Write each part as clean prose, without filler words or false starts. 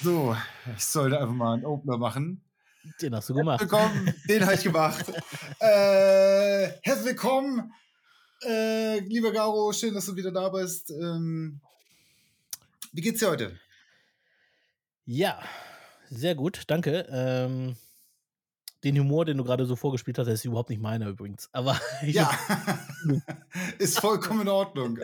So, ich sollte einfach mal einen Opener machen. Den hast du Herzlich gemacht. willkommen, den habe ich gemacht. Herzlich willkommen, lieber Garo, schön, dass du wieder da bist. Wie geht's dir heute? Ja, sehr gut, danke. Den Humor, den du gerade so vorgespielt hast, der ist überhaupt nicht meiner übrigens. Aber ich Ja, ist vollkommen in Ordnung.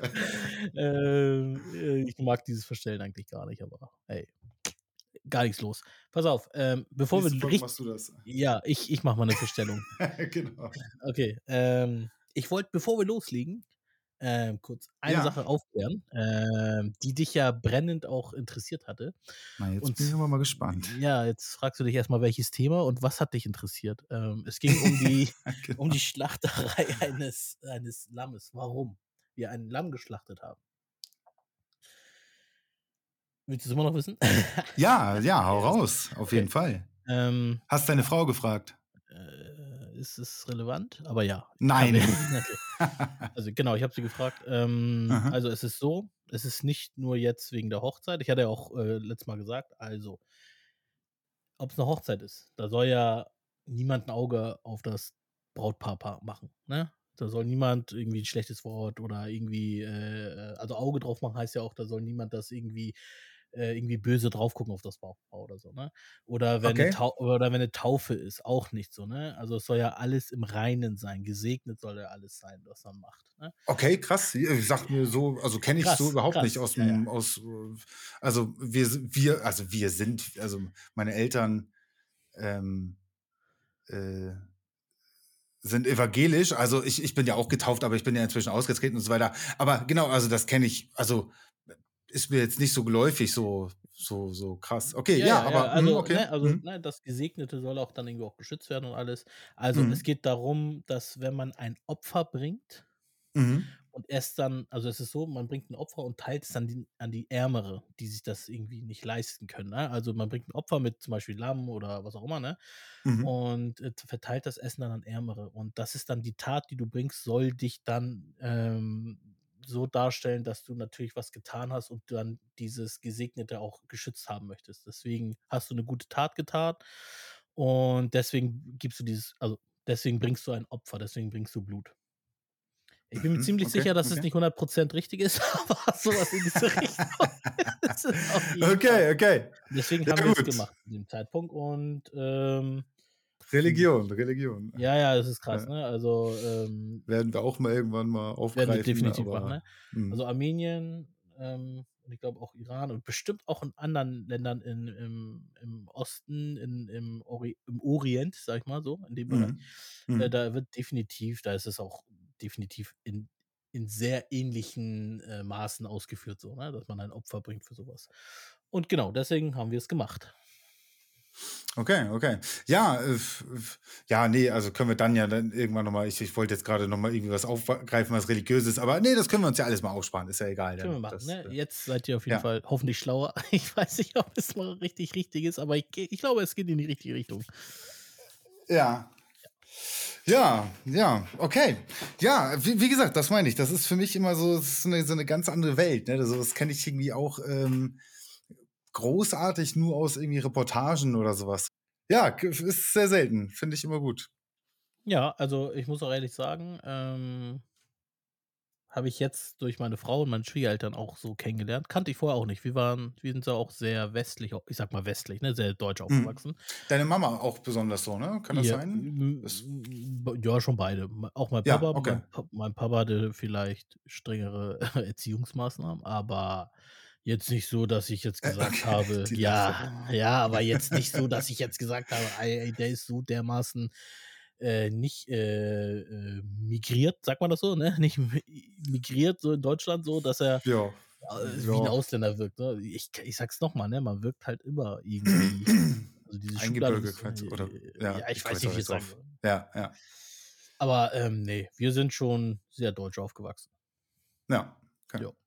ich mag dieses Verstellen eigentlich gar nicht, aber hey, gar nichts los. Pass auf, bevor Nächste wir Folge richtig. machst du das. Ja, ich mache mal eine Verstellung. Genau. Okay, ich wollte, bevor wir loslegen, kurz eine Ja. Sache aufklären, die dich ja brennend auch interessiert hatte. Na, jetzt Und bin ich aber mal gespannt. ja, jetzt fragst du dich erst mal, welches Thema und was hat dich interessiert? Es ging um die um Genau. die Schlachterei eines Lammes. Warum wir ein Lamm geschlachtet haben. Willst du's immer noch wissen? Ja, ja, hau Okay, alles klar. raus, auf jeden Okay, Fall. ähm, Hast deine Frau gefragt? ist es relevant? Aber ja, kann Nein. wir okay. Also, genau, ich habe sie gefragt. Aha. Also, es ist so, es ist nicht nur jetzt wegen der Hochzeit. Ich hatte ja auch, letztes Mal gesagt, also, ob es 'ne Hochzeit ist, da soll ja niemand 'n Auge auf das Brautpaar machen, ne? Da soll niemand irgendwie 'n schlechtes Wort oder irgendwie, also, Auge drauf machen heißt ja auch, da soll niemand das irgendwie böse drauf gucken auf das Brautpaar oder so, ne? Okay. Oder wenn 'ne Taufe ist, auch nicht so, ne? Also, es soll ja alles im Reinen sein. Gesegnet soll ja alles sein, was man macht, ne? Okay, krass. Sagt mir so, also kenne ich so Krass, überhaupt nicht krass. aus Ja, ja. dem, also wir sind, also meine Eltern ähm, äh, sind evangelisch, also ich bin ja auch getauft, aber ich bin ja inzwischen ausgetreten und so weiter. Aber genau, also das kenne ich, also ist mir jetzt nicht so geläufig, so krass. Okay, Ja, ja, ja, ja. aber Also, okay. das Gesegnete soll auch dann irgendwie auch geschützt werden und alles. Also, es Mhm. geht darum, dass wenn man ein Opfer bringt Mhm. und es dann, also, es ist so, man bringt 'n Opfer und teilt es dann an die Ärmere, die sich das irgendwie nicht leisten können, ne? Also, man bringt 'n Opfer mit zum Beispiel Lamm oder was auch immer, ne? Mhm. Und, verteilt das Essen dann an Ärmere. Und das ist dann die Tat, die du bringst, soll dich dann, so darstellen, dass du natürlich was getan hast und dann dieses Gesegnete auch geschützt haben möchtest. Deswegen hast du 'ne gute Tat getan und deswegen gibst du deswegen bringst du ein Opfer, deswegen bringst du Blut. Ich bin mir Mhm. ziemlich Okay, sicher, dass es okay. nicht 100% richtig ist, aber so was in diese Richtung ist es auf jeden Fall. Okay, okay. Deswegen Ja haben wir's gut. gemacht zu dem Zeitpunkt und, Religion, Religion. ja, ja, das ist krass, Ja. ne? Also, Werden wir auch mal irgendwann mal werden wir aufgreifen, definitiv machen, aber ne? Also, mhm. Armenien, und ich glaube auch Iran und bestimmt auch in anderen Ländern im Osten, im Orient, sage ich mal so, in dem Bereich, Mhm. Mhm. da ist es auch definitiv in sehr ähnlichen, Maßen ausgeführt so, ne, dass man ein Opfer bringt für so was. Und genau, deswegen haben wir's gemacht. Okay, okay. Ja, ja, ne, also können wir dann ja dann irgendwann noch mal, ich wollte jetzt grade noch mal irgendwie was aufgreifen, was Religiöses, aber ne, das können wir uns ja alles mal aufsparen, ist ja egal Können wir dann. machen, Das, ne? Jetzt seid ihr auf jeden ja. Fall hoffentlich schlauer. Ich weiß nicht, ob es mal richtig ist, aber ich glaube, es geht in die richtige Richtung. Ja. Ja, ja, okay. Ja, wie gesagt, das meine ich. Das ist für mich immer so, das ist so 'ne ganz andere Welt, ne? Also, das kenne ich irgendwie auch, großartig nur aus irgendwie Reportagen oder so was. Ja, ist sehr selten, finde ich immer gut. Ja, also, ich muss auch ehrlich sagen, habe ich jetzt durch meine Frau und meine Schwiegereltern auch so kennengelernt. Kannte ich vorher auch nicht. Wir sind so auch sehr westlich, ich sage mal westlich, ne, sehr deutsch Mhm. aufgewachsen. Deine Mama auch besonders so, ne? Kann das Ja, sein? Das ja, schon beide. Auch mein ja, Papa. okay. Mein Papa hatte vielleicht strengere Erziehungsmaßnahmen, aber jetzt nicht so, dass ich jetzt gesagt Okay, habe, die lacht. ja, ja, aber jetzt nicht so, dass ich jetzt gesagt habe: „Ey, der ist so dermaßen, nicht, migriert“, sagt man das so, ne? Nicht migriert so in Deutschland so, dass er, Ja, wie 'n ja. Ausländer wirkt, ne? Ich sage es noch mal, ne, man wirkt halt immer irgendwie, also diese Schublade Eingebürgert muss, quasi, oder ja, ja, ich ich komme weiß jetzt auch nicht, wie ich's jetzt sagen drauf. soll. Ja, ja. Aber, ne, wir sind schon sehr deutsch aufgewachsen. Ja, okay. Jo.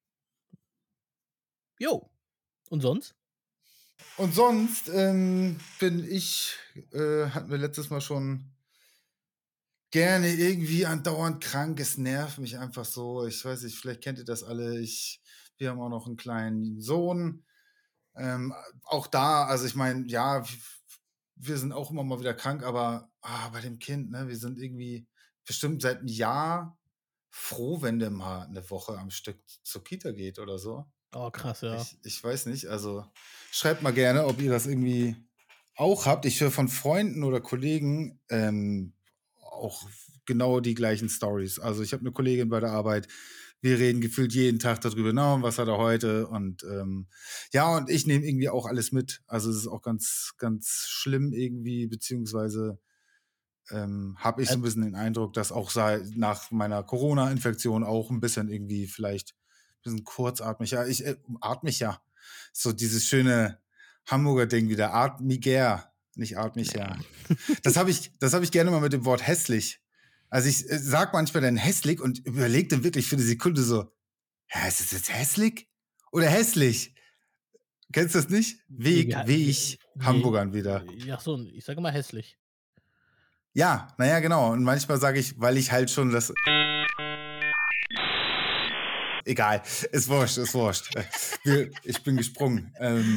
Jo. Und sonst? Und sonst, bin ich hatten wir letztes Mal schon, gerne irgendwie andauernd krank. Es nervt mich einfach so. Ich weiß nicht, vielleicht kennt ihr das alle. Wir haben auch noch einen kleinen Sohn. Ähm, auch da, also ich meine, ja, wir sind auch immer mal wieder krank, aber, bei dem Kind, ne, wir sind irgendwie bestimmt seit 'nem Jahr froh, wenn der mal 'ne Woche am Stück zur Kita geht oder so. Oh, krass, ja. Ich weiß nicht, also schreibt mal gerne, ob ihr das irgendwie auch habt. Ich höre von Freunden oder Kollegen, auch genau die gleichen Stories. Also, ich habe 'ne Kollegin bei der Arbeit, wir reden gefühlt jeden Tag darüber: „Na, was hat er heute?“ Und, ja, und ich nehme irgendwie auch alles mit. Also, es ist auch ganz, ganz schlimm irgendwie, beziehungsweise habe ich so Äh, ein bisschen den Eindruck, dass auch sei nach meiner Corona-Infektion auch ein bisschen irgendwie vielleicht ein bisschen kurzatmig, ja, atme ich ja. So dieses schöne Hamburger Ding wieder, atmiger, nicht atmicher. Das habe ich gerne mal mit dem Wort hässlich. Also, ich, sage manchmal dann hässlich und überlege dann wirklich für eine Sekunde so: „Hä, ist es jetzt hässlich oder hässlich?“ Kennst du das nicht? ne, Wie ich ne, Hamburgern wieder. ach so, ich sage immer hässlich. Ja, na ja, genau. Und manchmal sage ich, weil ich halt schon das egal, ist wurscht, ist wurscht. Ich bin gesprungen.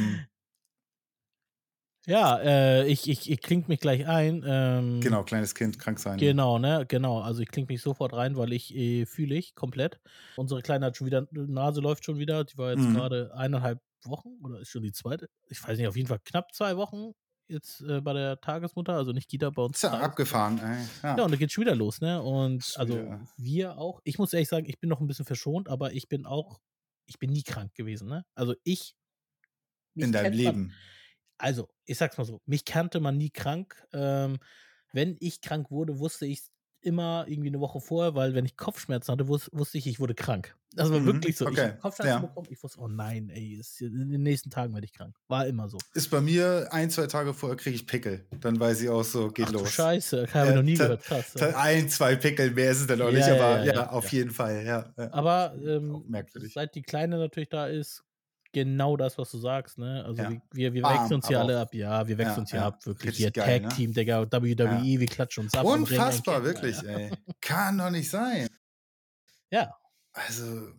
Ja, ich klinke mich gleich ein. Genau, kleines Kind, krank sein. Genau, ne? Genau. Also, ich klinke mich sofort rein, weil fühle ich komplett. Unsere Kleine hat schon wieder Nase läuft schon wieder. Die war jetzt Mhm. grade 1,5 Wochen oder ist schon die zweite. Ich weiß nicht, auf jeden Fall knapp 2 Wochen jetzt, bei der Tagesmutter, also nicht Kita, bei uns Ist ja Tagesmutter. abgefahren, ey. Ja, Ja, und dann geht's schon wieder los, ne? Und ist schon also, wieder wir auch. Ich muss ehrlich sagen, ich bin noch 'n bisschen verschont, aber ich bin nie krank gewesen, ne? Also, in mich deinem kennt man Leben. also, ich sage es mal so, mich kannte man nie krank. Wenn ich krank wurde, wusste ich's immer irgendwie 'ne Woche vorher, weil wenn ich Kopfschmerzen hatte, wusste ich, ich wurde krank. Das war wirklich Mhm, so. Ich habe okay, Kopfschmerzen ja. bekommen, ich wusste: „Oh nein, ey, in den nächsten Tagen werde ich krank.“ War immer so. Ist bei mir ein 2 Tage vorher kriege ich Pickel. Dann weiß ich auch so, geht Ach du los. Scheiße, habe ich noch nie Ta gehört, krass, ja. ta 1, 2 Pickel, mehr ist es dann auch nicht, Ja, ja, aber ja, ja, ja, auf ja. jeden Fall, ja, ja. Aber, Auch merkwürdig. seit die Kleine natürlich da ist, genau das, was du sagst, ne? Also, Ja. wir wechseln Warm, uns hier aber alle auch ab. Ja, wir wechseln ja, uns hier ab, ja, wirklich richtig hier geil, ne? Tag-Team, Digga, Ja. WWE, wir klatschen uns ab im Ring, ey, Unfassbar, kennt man, ja. wirklich, ey. Kann doch nicht sein. Ja, Also,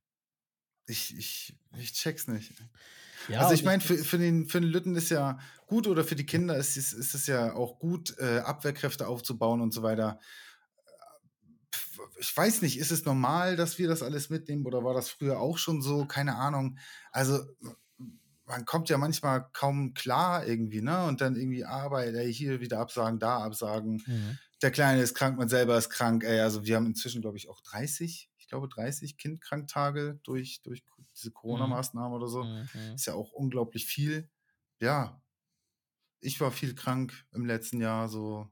ich check's nicht. ja, Also, und ich ich meine, muss für den Lütten ist ja gut oder für die Kinder ist es ja auch gut, Abwehrkräfte aufzubauen und so weiter. Ich weiß nicht, ist es normal, dass wir das alles mitnehmen oder war das früher auch schon so? Keine Ahnung. Also, man kommt ja manchmal kaum klar irgendwie, ne? Und dann irgendwie Arbeit, ey, hier wieder absagen, da absagen. mhm, Der Kleine ist krank, man selber ist krank, ey. Also, wir haben inzwischen, glaube ich, auch 30, ich glaube 30 Kindkranktage durch diese mhm, Corona-Maßnahmen oder so. mhm, mhm. Ist ja auch unglaublich viel. Ja, ich war viel krank im letzten Jahr so,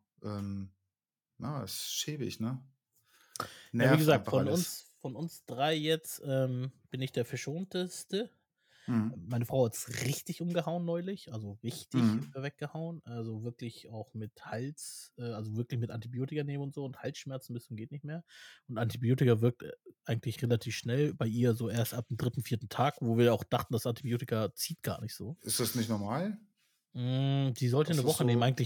ist schäbig, ne? Ja, wie Nervt gesagt, einfach alles. von uns 3 jetzt, bin ich der Verschonteste. Mhm. Meine Frau hat's richtig umgehauen neulich, also richtig Mhm. weggehauen. Also wirklich auch mit also wirklich mit Antibiotika nehmen und so und Halsschmerzen bis zum geht nicht mehr. Und Antibiotika wirkt, eigentlich relativ schnell, bei ihr so erst ab dem dritten, vierten Tag, wo wir auch dachten, das Antibiotika zieht gar nicht so. Ist das nicht normal? Die sollte Dass 'ne das Woche nehmen. so Eigentlich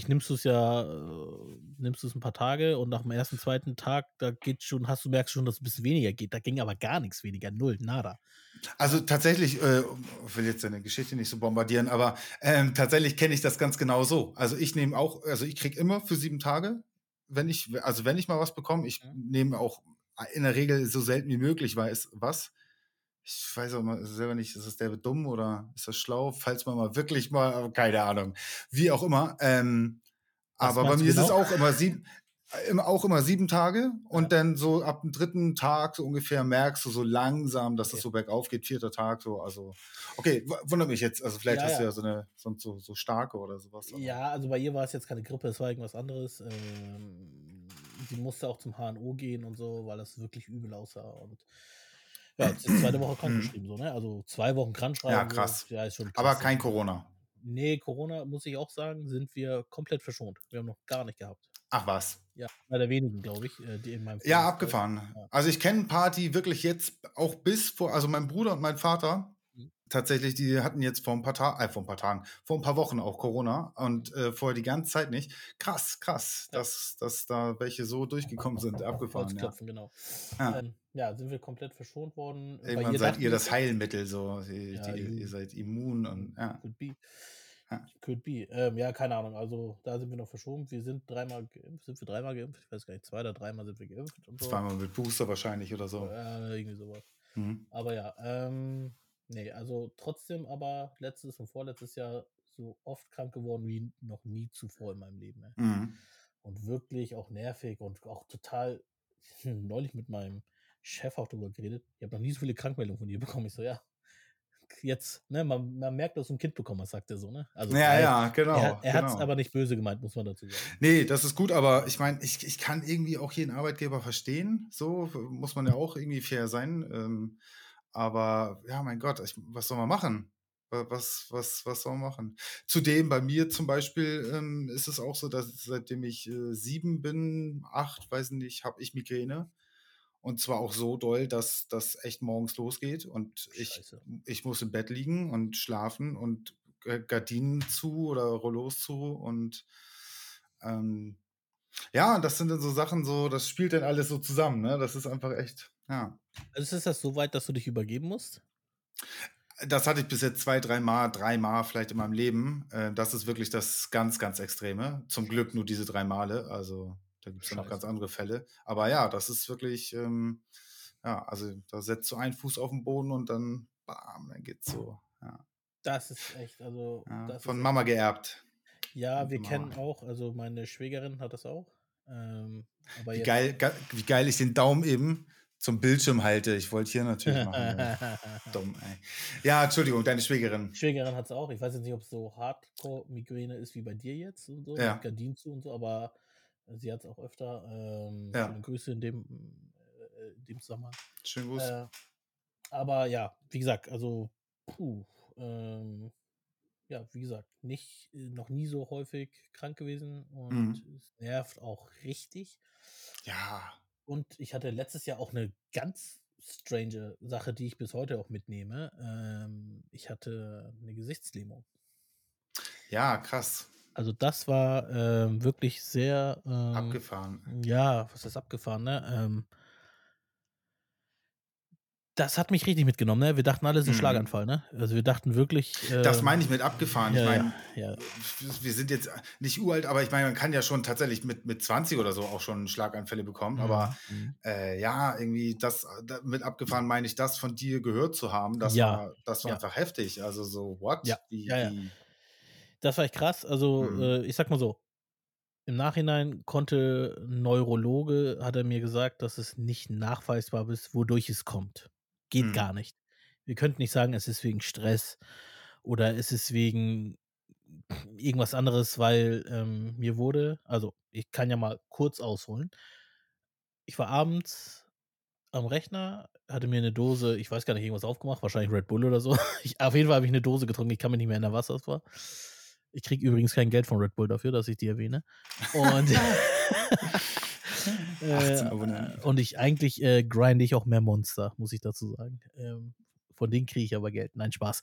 nimmst du's 'n paar Tage und nach dem ersten, zweiten Tag, da geht schon merkst schon, dass es 'n bisschen weniger geht. Da ging aber gar nix weniger, null, nada. also tatsächlich, ich will jetzt deine Geschichte nicht so bombardieren, aber, tatsächlich kenne ich das ganz genau so. Also, ich nehme auch, also, ich kriege immer für 7 Tage, wenn ich mal was bekomme, ich Mhm. nehme auch in der Regel so selten wie möglich was. Ich weiß auch mal selber nicht, ist das derbe dumm oder ist das schlau? Falls man mal wirklich mal keine Ahnung, wie auch immer. Was Aber bei meinst du mir ist es genau? auch immer 7 Tage Ja, und dann so ab dem dritten Tag so ungefähr merkst du so langsam, dass es okay. so bergauf geht, vierter Tag so, also okay, wundert mich jetzt, also vielleicht Ja, hast du ja. ja so starke oder sowas, aber Ja, also bei ihr war's jetzt keine Grippe, es war irgendwas anderes. Sie musste auch zum HNO gehen und so, weil das wirklich übel aussah und ja, jetzt ist zweite Woche mhm. krankgeschrieben so, ne? Also 2 Wochen Ja, krankschreiben so, krass. ja, ist schon Aber krass, kein ja. Corona. Ne, Corona, muss ich auch sagen, sind wir komplett verschont. Wir haben noch gar nicht gehabt. Ach was. Ja, einer der wenigen, glaube ich, die in meinem Ja, Freundeskreis. abgefahren. Ja. Also, ich kenne 'n paar, die wirklich jetzt auch bis vor, also, mein Bruder und mein Vater, Mhm. tatsächlich, die hatten jetzt vor ein paar Wochen auch Corona und, vorher die ganze Zeit nicht. Krass, krass, Ja, dass da welche so durchgekommen sind. Abgefahren, ja. Holzklopfen, genau. Ja. Ja, sind wir komplett verschont worden. Bei Irgendwann ihr seid dachten ihr wir das kurz, Heilmittel so, ja, ihr seid immun und ja, could be, ja. could be. Ja, keine Ahnung, also, da sind wir noch verschont. Wir sind dreimal geimpft. Sind wir dreimal geimpft? Ich weiß gar nicht, 2 oder dreimal sind wir geimpft und so. Zweimal mit Booster wahrscheinlich oder so. Irgendwie so was. Mhm. Aber ja, ne, also, trotzdem aber letztes und vorletztes Jahr so oft krank geworden wie noch nie zuvor in meinem Leben, ey. Mhm. Und wirklich auch nervig und auch total neulich mit meinem Chef auch drüber geredet. Ich habe noch nie so viele Krankmeldungen von dir bekommen. Ich so: „Ja, jetzt, ne, man merkt, dass du 'n Kind bekommen hast", sagt er so, ne? Also, Ja, weil ja, genau, er hat's genau. aber nicht böse gemeint, muss man dazu sagen. Ne, das ist gut, aber ich meine, ich kann irgendwie auch jeden Arbeitgeber verstehen, so, muss man ja auch irgendwie fair sein, aber ja, mein Gott, was soll man machen? Was soll man machen? Zudem bei mir zum Beispiel, ist es auch so, dass seitdem ich, 7 bin, 8, weiß nicht, habe ich Migräne. Und zwar auch so doll, dass das echt morgens losgeht und Scheiße. ich muss im Bett liegen und schlafen und Gardinen zu oder Rollos zu und, ähm, ja, das sind dann so Sachen so, das spielt dann alles so zusammen, ne? Das ist einfach echt, ja. Also, ist das so weit, dass du dich übergeben musst? Das hatte ich bis jetzt 2, dreimal vielleicht in meinem Leben. Das ist wirklich das ganz, ganz Extreme. Zum Glück Scheiße, nur diese 3 Male. Also, da gibt's ja noch ganz scheiße. andere Fälle. Aber ja, das ist wirklich, ja, also, da setzt du einen Fuß auf 'n Boden und dann bam, dann geht's so. Ja, Das ist echt, also, ja. das ist Von echt Mama heftig. geerbt. Ja, wir Gute Mama. kennen auch, also, meine Schwägerin hat das auch, aber Wie jetzt wie geil ich den Daumen eben zum Bildschirm halte. Ich wollte hier natürlich machen, dumm, ey. Ja, Entschuldigung, deine Schwägerin. Schwägerin hat's auch. Ich weiß jetzt nicht, ob's so Hardcore-Migräne ist wie bei dir jetzt und so mit Ja, Gardinen zu und so, aber sie hat's auch öfter. Schöne ja. Grüße in dem Zusammenhang. Schönen Gruß. Äh, aber ja, wie gesagt, also, puh, ähm, ja, wie gesagt, nicht noch nie so häufig krank gewesen und Mhm. es nervt auch richtig. Ja. Und ich hatte letztes Jahr auch 'ne ganz strange Sache, die ich bis heute auch mitnehme. Ich hatte 'ne Gesichtslähmung. Ja, krass. Also, das war, wirklich sehr, Abgefahren. ja, was heißt abgefahren, ne? Das hat mich richtig mitgenommen, ne? Wir dachten alle, es ist 'n Mhm. Schlaganfall, ne? Also, wir dachten wirklich, Das meine ich mit abgefahren. Ich ja, ja, meine, ja, wir sind jetzt nicht uralt, aber ich meine, man kann ja schon tatsächlich mit 20 oder so auch schon Schlaganfälle bekommen. Aber, mhm, mhm. ja, irgendwie das mit abgefahren meine ich, das von dir gehört zu haben, Ja, das war ja, einfach heftig. Also so, ja, what? ja, ja. Wie Das war echt krass. Also, mhm, ich sage mal so, im Nachhinein konnte 'n Neurologe hat er mir gesagt, dass es nicht nachweisbar ist, wodurch es kommt. Geht mhm, gar nicht. Wir könnten nicht sagen, es ist wegen Stress oder es ist wegen irgendwas anderes, weil, mir wurde, also, ich kann ja mal kurz ausholen. Ich war abends am Rechner, hatte mir 'ne Dose, ich weiß gar nicht, irgendwas aufgemacht, wahrscheinlich Red Bull oder so. Auf jeden Fall habe ich 'ne Dose getrunken, ich kann mich nicht mehr erinnern, was das war. Ich kriege übrigens kein Geld von Red Bull dafür, dass ich die erwähne. Und 18 Abonnenten. und grinde ich auch mehr Monster, muss ich dazu sagen. Von denen kriege ich aber Geld. Nein, Spaß.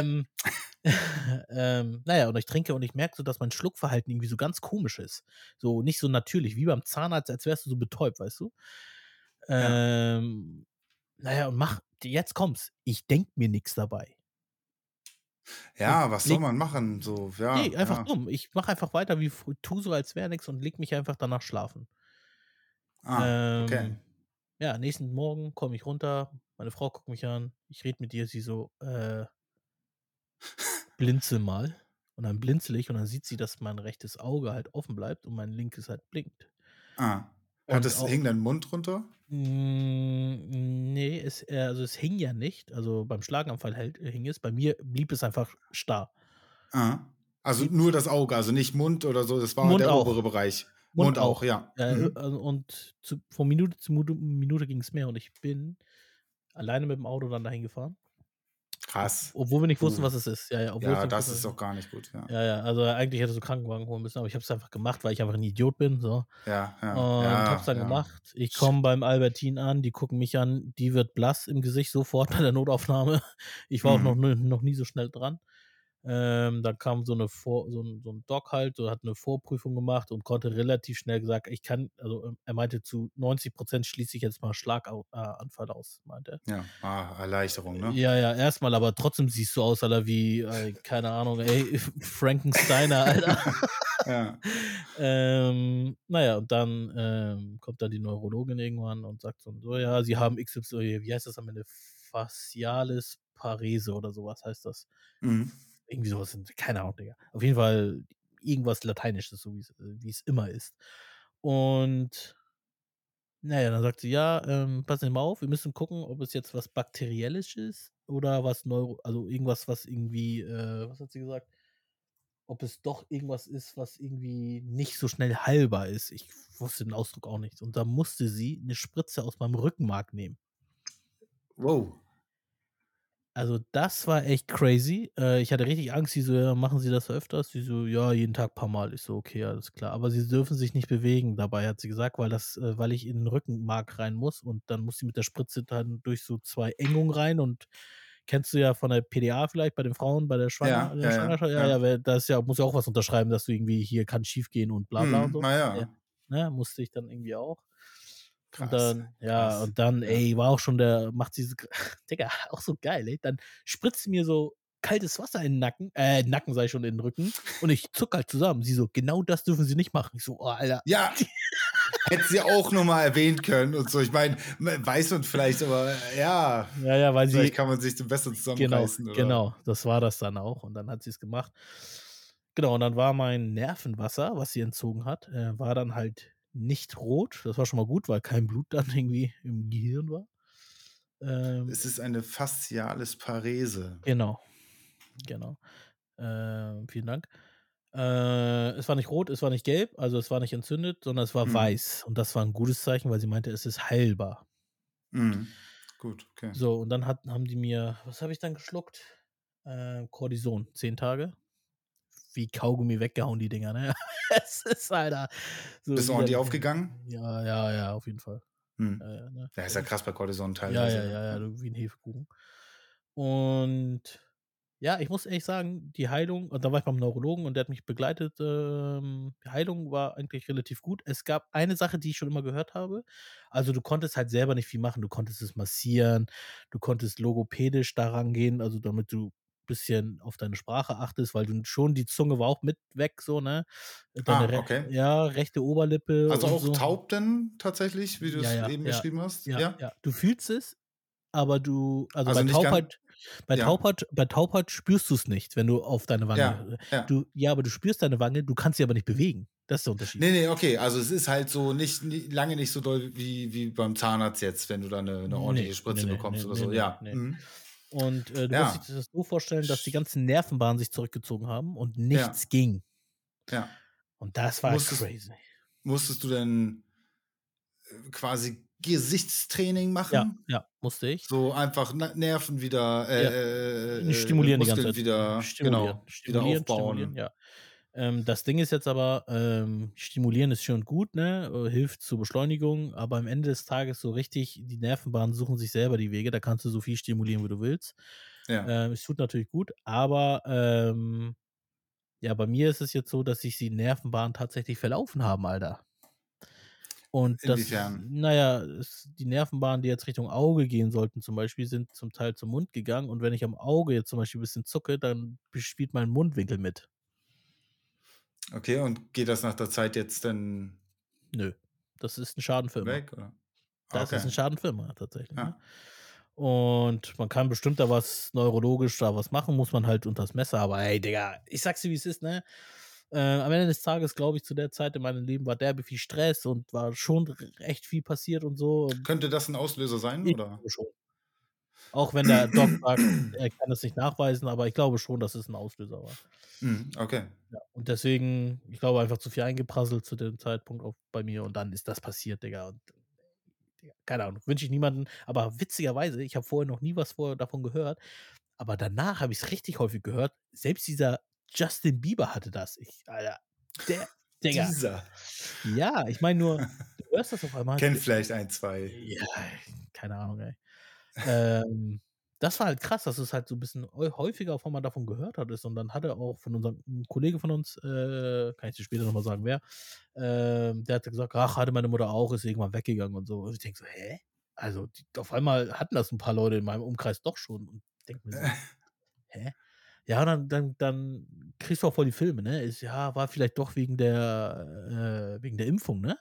Na ja, und ich trinke und ich merke so, dass mein Schluckverhalten irgendwie so ganz komisch ist. So nicht so natürlich, wie beim Zahnarzt, als wärst du so betäubt, weißt du? Ja. Ähm, na ja, und jetzt kommt's, ich denke mir nix dabei. Und Ja, was soll leg man machen? So, ja, ne, einfach ja. dumm. Ich mache einfach weiter wie frü tue so, als wäre nix und lege mich einfach danach schlafen. Ah, okay. Ähm, ja, nächsten Morgen komme ich runter, meine Frau guckt mich an, ich rede mit ihr, sie so: blinzel mal." Und dann blinzel ich und dann sieht sie, dass mein rechtes Auge halt offen bleibt und mein linkes halt blinkt. Ah. Und Hing dein Mund runter? ne, also, es hing ja nicht. Also, beim Schlaganfall hing es. Bei mir blieb es einfach starr. Ah. Also, Blieb nur das Auge, also nicht Mund oder so, das war Mund der auch, obere Bereich. Mund Mund auch, auch. ja. Mhm. Und von Minute zu Minute ging's mehr und ich bin alleine mit dem Auto dann dahin gefahren. Krass. Obwohl wir nicht wussten, Uh, was es ist. Ja, ja, obwohl's ja, nicht das wussten, was ist es doch ist. gar nicht gut, ja. Ja, ja, also eigentlich hättest du Krankenwagen holen müssen, aber ich habe es einfach gemacht, weil ich einfach 'n Idiot bin, so. Ja, ja, Und habe es ja, dann ja. gemacht. Ich Sch komme beim Albertin an, die gucken mich an, die wird blass im Gesicht sofort bei der Notaufnahme. Ich war auch mhm, noch nie so schnell dran. Dann kam so 'n Doc halt, so hat 'ne Vorprüfung gemacht und konnte relativ schnell gesagt: „Ich kann“, also, er meinte: „Zu 90% schließe ich jetzt mal Anfall aus“, meinte er. ja, Erleichterung, ne? Ja, ja, erst mal, aber trotzdem siehst du aus, Alter, wie, keine Ahnung, ey, Frankensteiner, Alter. Ja. Na ja, und dann, kommt da die Neurologin irgendwann und sagt so: „Ja, Sie haben XY“, wie heißt das am Ende? Facialis Parese oder so was heißt das. Mhm. Irgendwie so was, keine Ahnung, Digga. Auf jeden Fall irgendwas Lateinisches, so wie's immer ist. Und na ja, dann sagt sie: „Ja, passen Sie mal auf, wir müssen gucken, ob es jetzt was Bakterielles ist oder was also irgendwas, was irgendwie, was hat sie gesagt? Ob es doch irgendwas ist, was irgendwie nicht so schnell heilbar ist.“ Ich wusste den Ausdruck auch nicht. Und da musste sie 'ne Spritze aus meinem Rückenmark nehmen. Wow. Also, das war echt crazy. Ich hatte richtig Angst. Sie so: „Ja, machen Sie das öfters?“ Sie so: „Ja, jeden Tag paarmal.“ Ich so: „Okay, alles klar.“ Aber sie dürfen sich nicht bewegen dabei, hat sie gesagt, weil ich in den Rückenmark rein muss und dann muss sie mit der Spritze dann durch so 2 Engungen rein und kennst du ja von der PDA vielleicht bei den Frauen bei der Ja, ja, ja, Schwangerschaft? Ja, ja. ja, weil da ist ja muss ja auch was unterschreiben, dass du irgendwie hier kann schiefgehen und bla bla und Mhm, so. na Ja, ja. ne, musste ich dann irgendwie auch. Und Krass, dann ja, krass. und dann, Ja. ey, war auch schon der macht diese Digga, auch so geil, ey. Dann spritzt sie mir so kaltes Wasser in 'n Nacken sage ich schon, in den Rücken und ich zucke halt zusammen. Sie so: „Genau das dürfen Sie nicht machen.“ Ich so: „Oh, Alter.“ Ja, hätte sie auch noch mal erwähnt können und so. Ich meine, weiß man vielleicht, aber ja, Ja, ja, weil vielleicht sie kann man sich dann besser genau, zusammenreißen oder genau, das war das dann auch und dann hat sie's gemacht. Genau, und dann war mein Nervenwasser, was sie entzogen hat, war dann halt nicht rot. Das war schon mal gut, weil kein Blut dann irgendwie im Gehirn war. Ähm, es ist eine Fasziales Parese. genau, genau. Vielen Dank. Es war nicht rot, es war nicht gelb, also es war nicht entzündet, sondern es war Mhm, weiß. Und das war 'n gutes Zeichen, weil sie meinte, es ist heilbar. mhm. Gut, okay. So, und dann haben die mir was habe ich dann geschluckt? Cortison, 10 Tage. Wie Kaugummi weggehauen, die Dinger, ne? Es ist, Alter, so Bist du ordentlich widerlich. aufgegangen? Ja, ja, ja, auf jeden Fall. Mhm. Ja, ja, ne? Ja, ist Das ja ist krass bei Cortison ja, teilweise, ja, ja, ja, ja. du wie 'n Hefekuchen. Und ja, ich muss ehrlich sagen, die Heilung und da war ich beim Neurologen und der hat mich begleitet. Die Heilung war eigentlich relativ gut. Es gab eine Sache, die ich schon immer gehört habe. Also, du konntest halt selber nicht viel machen. Du konntest es massieren, du konntest logopädisch da rangehen, also, damit du bisschen auf deine Sprache achtest, weil du schon die Zunge war auch mit weg so, ne? Deine Okay. rechte Oberlippe Also und auch so. taub denn tatsächlich, wie du Ja, es ja, eben ja, beschrieben hast? ja, Ja? ja. Du fühlst es, aber also, Also nicht ganz. Ja, Bei Taubheit spürst du's nicht, wenn du auf deine ja, Wange ja. aber du spürst deine Wange, du kannst sie aber nicht bewegen. Das ist der Unterschied. Ne, ne, okay. Also es ist halt so nicht lange nicht so doll wie beim Zahnarzt jetzt, wenn du da 'ne Ne, ordentliche ne, Spritze ne, ne, bekommst oder ne, so. ne, Ja. ne. Mhm. Und, du musst Ja. dir das so vorstellen, dass die Sch ganzen Nervenbahnen sich zurückgezogen haben und ja, nichts ging. ja. Und das war Musstest crazy. musstest du denn, quasi Gesichtstraining Ja, machen? ja, musste ich. So einfach Nerven wieder, Ja. Stimulieren die ganze Muskeln Zeit. wieder genau, wieder Stimulieren, aufbauen. ja. Das Ding ist jetzt aber, stimulieren ist schön und gut, ne, hilft zur Beschleunigung, aber am Ende des Tages so richtig die Nervenbahnen suchen sich selber die Wege, da kannst du so viel stimulieren, wie du willst. Ja. Es tut natürlich gut, aber, ja, bei mir ist es jetzt so, dass sich die Nervenbahnen tatsächlich verlaufen haben, Alter. Und das Inwiefern? na ja, die Nervenbahnen, die jetzt Richtung Auge gehen sollten zum Beispiel, sind zum Teil zum Mund gegangen und wenn ich am Auge jetzt zum Beispiel 'n bisschen zucke, dann bespielt mein Mundwinkel mit. Okay, und geht das nach der Zeit jetzt dann Nö, das ist 'n Schaden für immer. weg, oder? Das ist Okay. 'n Schaden für immer tatsächlich, ne? Ja. Und man kann bestimmt da was neurologisch da was machen, muss man halt unters Messer, aber ey, Digga, ich sage dir, wie's ist, ne? Am Ende des Tages glaube ich, zu der Zeit in meinem Leben war derbe viel Stress und war schon recht viel passiert und so. Könnte das 'n Auslöser sein, Ich oder? glaube schon. Auch wenn der Doc sagt, er kann es nicht nachweisen, aber ich glaube schon, dass es 'n Auslöser war. Mhm, okay. Ja, und deswegen ich glaube einfach zu viel eingeprasselt zu dem Zeitpunkt auch bei mir und dann ist das passiert, Digga. Und Digga, keine Ahnung, wünsche ich niemanden, aber witzigerweise, ich habe vorher noch nie was davon gehört, Aber danach habe ich's richtig häufig gehört. Selbst dieser Justin Bieber hatte das. Alter, der Digga. Dieser. Ja, ich meine nur, du hörst das auf einmal, Kennt d vielleicht ein, 2. ja, keine Ahnung, ey. Ähm, Das war halt krass, dass es halt so 'n bisschen häufiger auf einmal davon gehört hat ist und dann hat er auch von unserem 'n Kollege von uns, kann ich dir später noch mal sagen, wer, der hatte gesagt: „Ach, hatte meine Mutter auch, ist irgendwann weggegangen“ und so. Und ich denke so: „Hä?“ Also, die auf einmal hatten das 'n paar Leute in meinem Umkreis doch schon und denke mir so: „Hä?“ Ja, dann kriegst du auch voll die Filme, ne? Ist ja, war vielleicht doch wegen der Impfung, ne?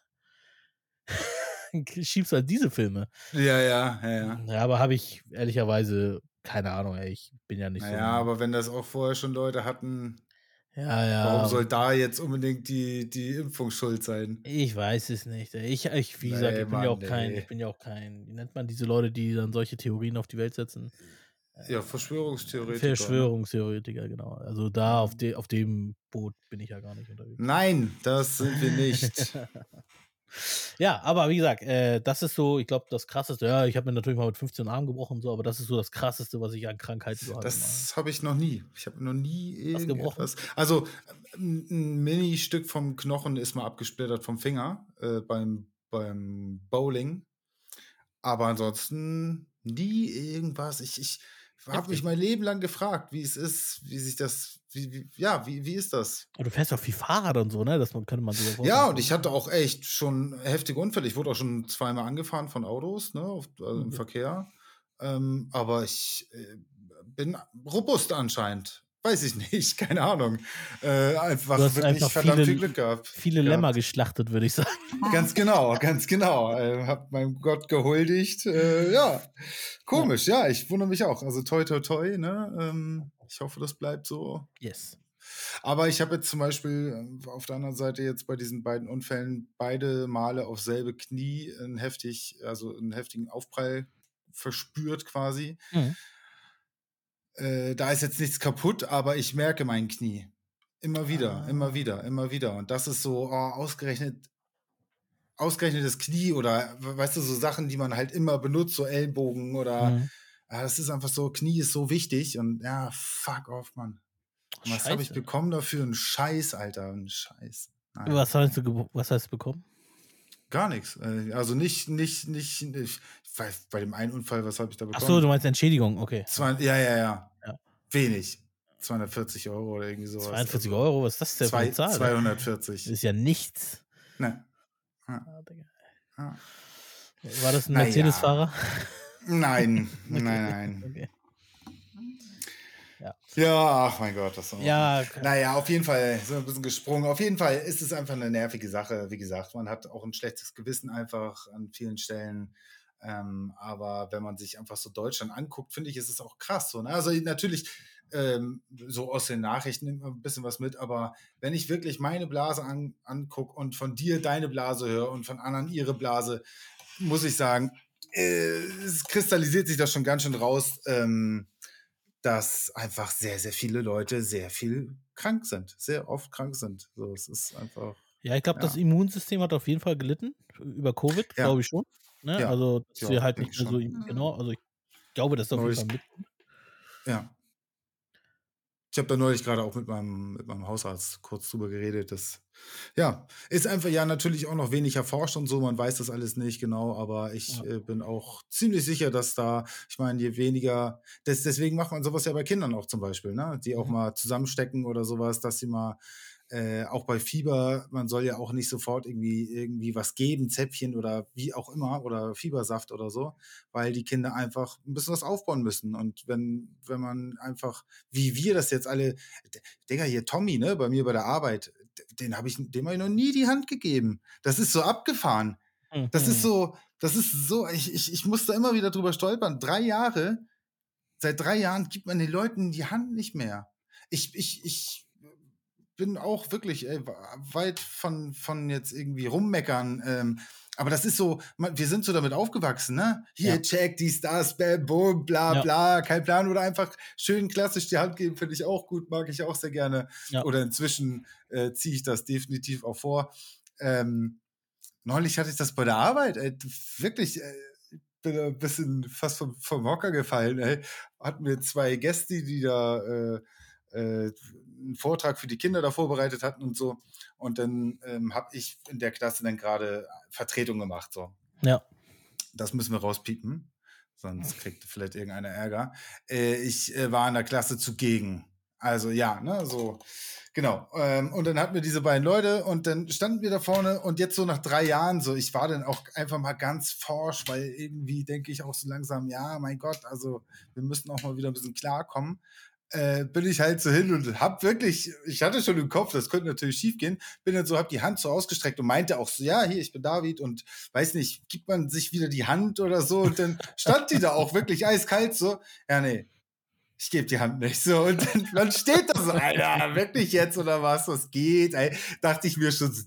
Schiebst halt diese Filme. Ja, ja, ja, ja. Ja, aber habe ich ehrlicherweise keine Ahnung, ey. Ich bin ja nicht Na so ja, 'n aber wenn das auch vorher schon Leute hatten, ja, warum ja, soll und da jetzt unbedingt die Impfung schuld sein? ich weiß es nicht, ey. Wie gesagt, Ne, Mann, ich ne. bin ja auch kein wie nennt man diese Leute, die dann solche Theorien auf die Welt setzen? Ja, Verschwörungstheoretiker, ne? Verschwörungstheoretiker, genau. Also, da Ja. auf dem Boot bin ich ja gar nicht unterwegs. Nein, das sind wir nicht. Ja, aber wie gesagt, das ist so, ich glaube, das Krasseste. Ja, ich habe mir natürlich mal mit 15 den Arm gebrochen und so, aber das ist so das Krasseste, was ich an Krankheiten so hatte mal. Das habe ich noch nie. Ich habe noch nie Was gebrochen? irgendetwas, also, 'n Ministück vom Knochen ist mal abgesplittert vom Finger, beim Bowling, aber ansonsten nie irgendwas. Ich habe mich Heftig. mein Leben lang gefragt, wie es ist, wie sich das wie ja, wie ist das? Aber du fährst ja auch viel Fahrrad und so, ne? Das könnte man sich ja vorstellen. Ja, und ich hatte auch echt schon heftige Unfälle. Ich wurde auch schon zweimal angefahren von Autos, ne, also im Okay. Verkehr. Aber ich, bin robust anscheinend. Weiß ich nicht, keine Ahnung. Du Einfach hast einfach wirklich verdammt viel Glück viele Lämmer gehabt. geschlachtet, würde ich sagen. Ganz genau, ganz genau. Habe meinem Gott gehuldigt. Ja, Ja. komisch, ja, ich wundere mich auch. Also toi, toi, toi, ne? Ich hoffe, das bleibt so. Yes. Aber ich habe jetzt zum Beispiel, auf der anderen Seite jetzt bei diesen beiden Unfällen beide Male aufs selbe Knie 'n heftigen Aufprall verspürt quasi. Mhm. Da ist jetzt nichts kaputt, aber ich merke mein Knie. Immer wieder, immer Ah. wieder, immer wieder. Und das ist so, ausgerechnet das Knie oder weißt du, so Sachen, die man halt immer benutzt, so Ellbogen oder Mhm. das ist einfach so, Knie ist so wichtig und ja, fuck off, Mann. Und was habe ich Scheiße. bekommen dafür? 'N Scheiß, Alter, 'n Scheiß. Naja, Was hast du bekommen? gar nix. Also nicht bei dem einen Unfall, was habe ich da Ach so, du bekommen? meinst Entschädigung, okay, ja, Ja, ja, ja, ja. wenig. 240 € oder irgendwie so was, 42 also €, was ist das denn für 'ne Zahl, ne? 240. Ist ja nichts. Ne, ja, Ah, Digga. ja. War das 'n Na ja, Mercedes-Fahrer? nein, Okay, nein, nein. okay. Ja. Ja, ach mein Gott, was soll man machen? Ja, Na ja, auf jeden Fall sind wir 'n bisschen gesprungen. Auf jeden Fall ist es einfach 'ne nervige Sache. Wie gesagt, man hat auch 'n schlechtes Gewissen einfach an vielen Stellen. Aber wenn man sich einfach so Deutschland anguckt, finde ich, ist es auch krass so, ne? Also, natürlich, so aus den Nachrichten nimmt man 'n bisschen was mit, aber wenn ich wirklich meine Blase angucke und von dir deine Blase höre und von anderen ihre Blase, muss ich sagen, es kristallisiert sich das schon ganz schön raus, dass einfach sehr, sehr viele Leute sehr viel krank sind, sehr oft krank sind. So, es ist einfach, ja, ich glaube, das ja, Immunsystem hat auf jeden Fall gelitten über Covid, glaube ja, ich schon, ne? ja, Also, dass wir ja, halt denke nicht ich mehr so schon. genau, also, ich glaube, das ist auf jeden Fall Neulich, 'n mit ja. Ich habe da neulich gerade auch mit meinem Hausarzt kurz drüber geredet. Das, ja, ist einfach, ja, natürlich auch noch wenig erforscht und so. Man weiß das alles nicht genau, aber ich, ja. bin auch ziemlich sicher, dass da, ich meine, je weniger deswegen macht man sowas ja bei Kindern auch zum Beispiel, ne, die auch Mhm. mal zusammenstecken oder sowas, dass sie mal auch bei Fieber, man soll ja auch nicht sofort irgendwie was geben, Zäpfchen oder wie auch immer oder Fiebersaft oder so, weil die Kinder einfach ein bisschen was aufbauen müssen. Und wenn man einfach, wie wir das jetzt alle, Digga, hier Tommy, ne, bei mir bei der Arbeit, dem habe ich noch nie die Hand gegeben. Das ist so abgefahren. Mhm. Das ist so, ich muss da immer wieder drüber stolpern. 3 Jahre, seit 3 Jahren gibt man den Leuten die Hand nicht mehr. Ich bin auch wirklich, weit von jetzt irgendwie rummeckern, aber das ist so, wir sind so damit aufgewachsen, ne? Ja, Hier, check, dies, das, bäm, boom, bla, ja, bla, kein Plan. Oder einfach schön klassisch die Hand geben, finde ich auch gut, mag ich auch sehr gerne. ja. Oder inzwischen ziehe ich das definitiv auch vor. Ähm, Neulich hatte ich das bei der Arbeit, wirklich. bin da 'n bisschen fast vom Hocker gefallen, ey. Hatten wir 2 Gäste, die da, 'n Vortrag für die Kinder da vorbereitet hatten und so. Und dann, habe ich in der Klasse dann grade Vertretung gemacht, so. Ja. Das müssen wir rauspiepen, sonst kriegt vielleicht irgendeiner Ärger. Ich, war in der Klasse zugegen. Also, ja, ne, so, genau. Und dann hatten wir diese beiden Leute und dann standen wir da vorne und jetzt so nach 3 Jahren so, ich war dann auch einfach mal ganz forsch, weil irgendwie denke ich auch so langsam: „Ja, mein Gott, also, wir müssen auch mal wieder 'n bisschen klarkommen.“ Bin ich halt so hin und habe wirklich, ich hatte schon im Kopf, das könnte natürlich schiefgehen, bin dann so, habe die Hand so ausgestreckt und meinte auch so: „Ja, hier, ich bin David“ und weiß nicht, gibt man sich wieder die Hand oder so und dann stand die da auch wirklich eiskalt so: „Ja, ne, ich gebe die Hand nicht“, so und dann man steht da so: „Alter, wirklich jetzt oder was? Was geht, ey?“ Dachte ich mir schon so: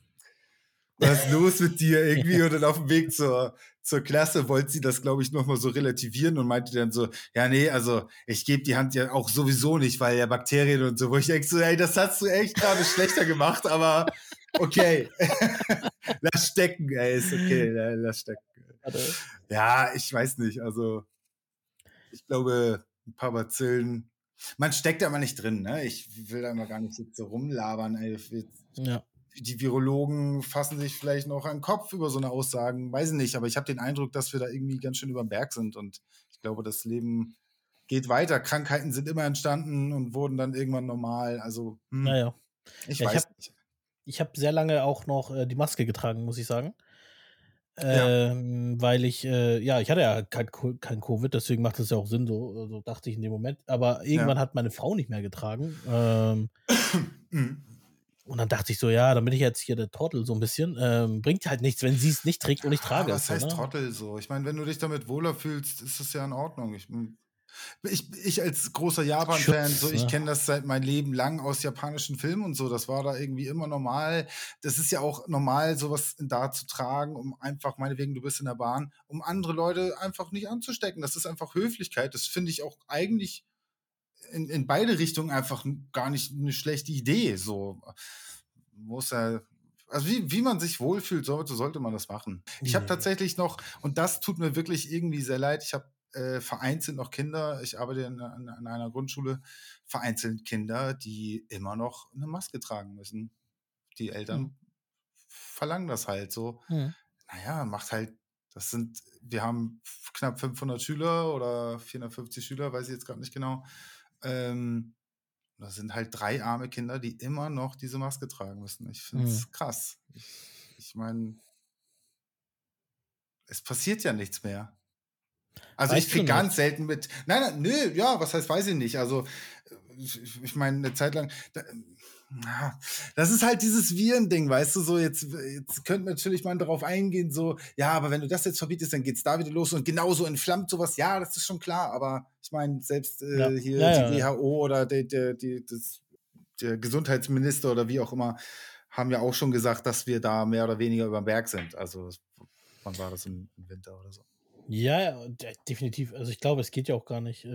„Was ist los mit dir?“ irgendwie und dann auf dem Weg zur Klasse wollte sie das, glaube ich, noch mal so relativieren und meinte dann so: „Ja, ne, also, ich gebe die Hand ja auch sowieso nicht, weil ja Bakterien und so“, wo ich denke so: „Ey, das hast du echt grade schlechter gemacht, aber okay. Lass stecken, ey, ist okay, lass stecken.“ Warte. Ja, ich weiß nicht, also, ich glaube, 'n paar Bazillen, man steckt da immer nicht drin, ne? Ich will da immer gar nicht jetzt so rumlabern, ey. Ja. Die Virologen fassen sich vielleicht noch an 'n Kopf über so 'ne Aussagen, weiß ich nicht, aber ich habe den Eindruck, dass wir da irgendwie ganz schön überm Berg sind und ich glaube, das Leben geht weiter. Krankheiten sind immer entstanden und wurden dann irgendwann normal. Also, Ja, ja. ich Ja, ich weiß habe nicht. ich habe sehr lange auch noch, die Maske getragen, muss ich sagen. Ja, Weil ich, ja, ich hatte ja kein Covid, deswegen macht es ja auch Sinn so, so dachte ich in dem Moment. Aber irgendwann ja. hat meine Frau nicht mehr getragen, Mhm. und dann dachte ich so: „Ja, dann bin ich jetzt hier der Trottel so 'n bisschen.“ Bringt halt nichts, wenn sie's nicht trägt und ich Ja, trage es was so, heißt ne? Trottel so? Ich meine, wenn du dich damit wohler fühlst, ist es ja in Ordnung. Ich als großer Japan-Fan, so, Schutz, ich ne? kenne das seit mein Leben lang aus japanischen Filmen und so. Das war da irgendwie immer normal. Das ist ja auch normal, sowas da zu tragen, um einfach, meinetwegen, du bist in der Bahn, um andere Leute einfach nicht anzustecken. Das ist einfach Höflichkeit. Das finde ich auch eigentlich in beide Richtungen einfach gar nicht eine schlechte Idee. So muss er, also wie man sich wohlfühlt, sollte man das machen. Ich habe Ne. tatsächlich noch, und das tut mir wirklich irgendwie sehr leid, ich habe vereinzelt noch Kinder, ich arbeite an einer Grundschule, vereinzelt Kinder, die immer noch eine Maske tragen müssen. Die Mhm. Eltern verlangen das halt so. Mhm. Naja, macht halt, wir haben knapp 500 Schüler oder 450 Schüler, weiß ich jetzt gerade nicht genau. Ähm, Das sind halt 3 arme Kinder, die immer noch diese Maske tragen müssen. Ich finde Mhm. es krass. Ich meine, es passiert ja nichts mehr. Also, ich Weißt du kriege ganz nicht? selten mit, nein, nein, nö, ja, was heißt, weiß ich nicht. Also, ich meine, eine Zeit lang, na, das ist halt dieses Virending, weißt du, so jetzt könnte natürlich man darauf eingehen, so: „Ja, aber wenn du das jetzt verbietest, dann geht's da wieder los und genauso entflammt sowas. Ja, das ist schon klar, aber ich meine, selbst, Ja. hier Ja, die ja, ja. WHO oder der Gesundheitsminister oder wie auch immer, haben ja auch schon gesagt, dass wir da mehr oder weniger überm Berg sind. Also, wann war das, im Winter oder so? Ja, ja, definitiv. Also, ich glaube, es geht ja auch gar nicht,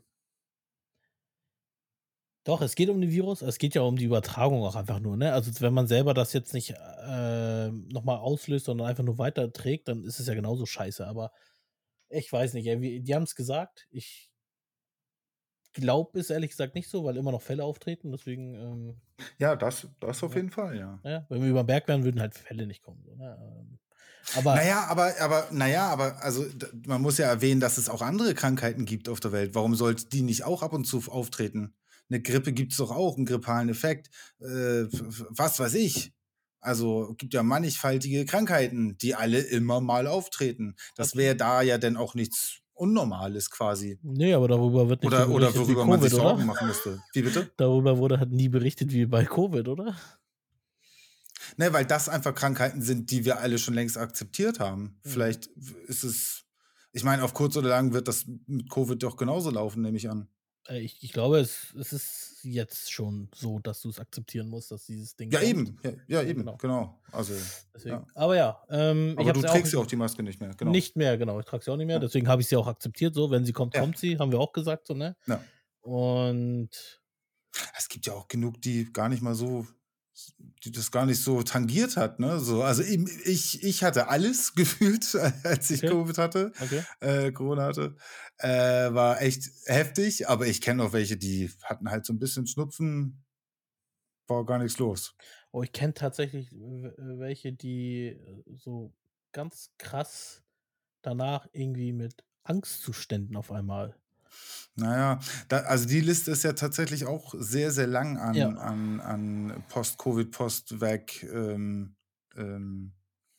doch, es geht um den Virus, es geht ja um die Übertragung auch einfach nur, ne? Also, wenn man selber das jetzt nicht, noch mal auslöst, sondern einfach nur weiterträgt, dann ist es ja genauso scheiße. Aber ich weiß nicht, ey, die haben's gesagt. Ich glaube es ehrlich gesagt nicht so, weil immer noch Fälle auftreten. Deswegen, Ja, das auf ja, jeden Fall, ja. ja, wenn wir überm Berg wären, würden halt Fälle nicht kommen, so, ne? Aber Na ja, aber also, man muss ja erwähnen, dass es auch andere Krankheiten gibt auf der Welt. Warum sollte die nicht auch ab und zu auftreten? Eine Grippe gibt's doch auch, einen grippalen Effekt, was weiß ich. Also, gibt ja mannigfaltige Krankheiten, die alle immer mal auftreten. Das okay. wäre da ja dann auch nichts Unnormales quasi Ne, aber darüber wird nicht so oder berichtet wie worüber man sich Covid, Sorgen oder? machen müsste. Wie bitte? Darüber wurde halt nie berichtet wie bei Covid, oder? Ne, weil das einfach Krankheiten sind, die wir alle schon längst akzeptiert haben. Mhm. Vielleicht ist es, ich meine, auf kurz oder lang wird das mit Covid doch genauso laufen, nehme ich an. Ich glaube, es ist jetzt schon so, dass du's akzeptieren musst, dass dieses Ding Ja, kommt. eben. Ja, ja, Ja, eben, genau. genau. Also, Deswegen. ja. Aber ja, ich Aber habe du es ja auch trägst ja auch die Maske nicht mehr, genau. nicht mehr, genau, ich trage sie auch nicht mehr, Ja, deswegen habe ich sie auch akzeptiert so. Wenn sie kommt, ja, kommt sie, haben wir auch gesagt so, ne? ja. Und Es gibt ja auch genug, die gar nicht mal so die das gar nicht so tangiert hat, ne? So, also eben ich hatte alles gefühlt, als ich Okay, Covid hatte, okay. Corona hatte. War echt heftig, aber ich kenne auch welche, die hatten halt so 'n bisschen Schnupfen, war gar nix los. Oh, ich kenne tatsächlich welche, die, so ganz krass danach irgendwie mit Angstzuständen auf einmal. Na ja, da also die Liste ist ja tatsächlich auch sehr, sehr lang Ja. an Post-Covid, Post-Vac, ähm,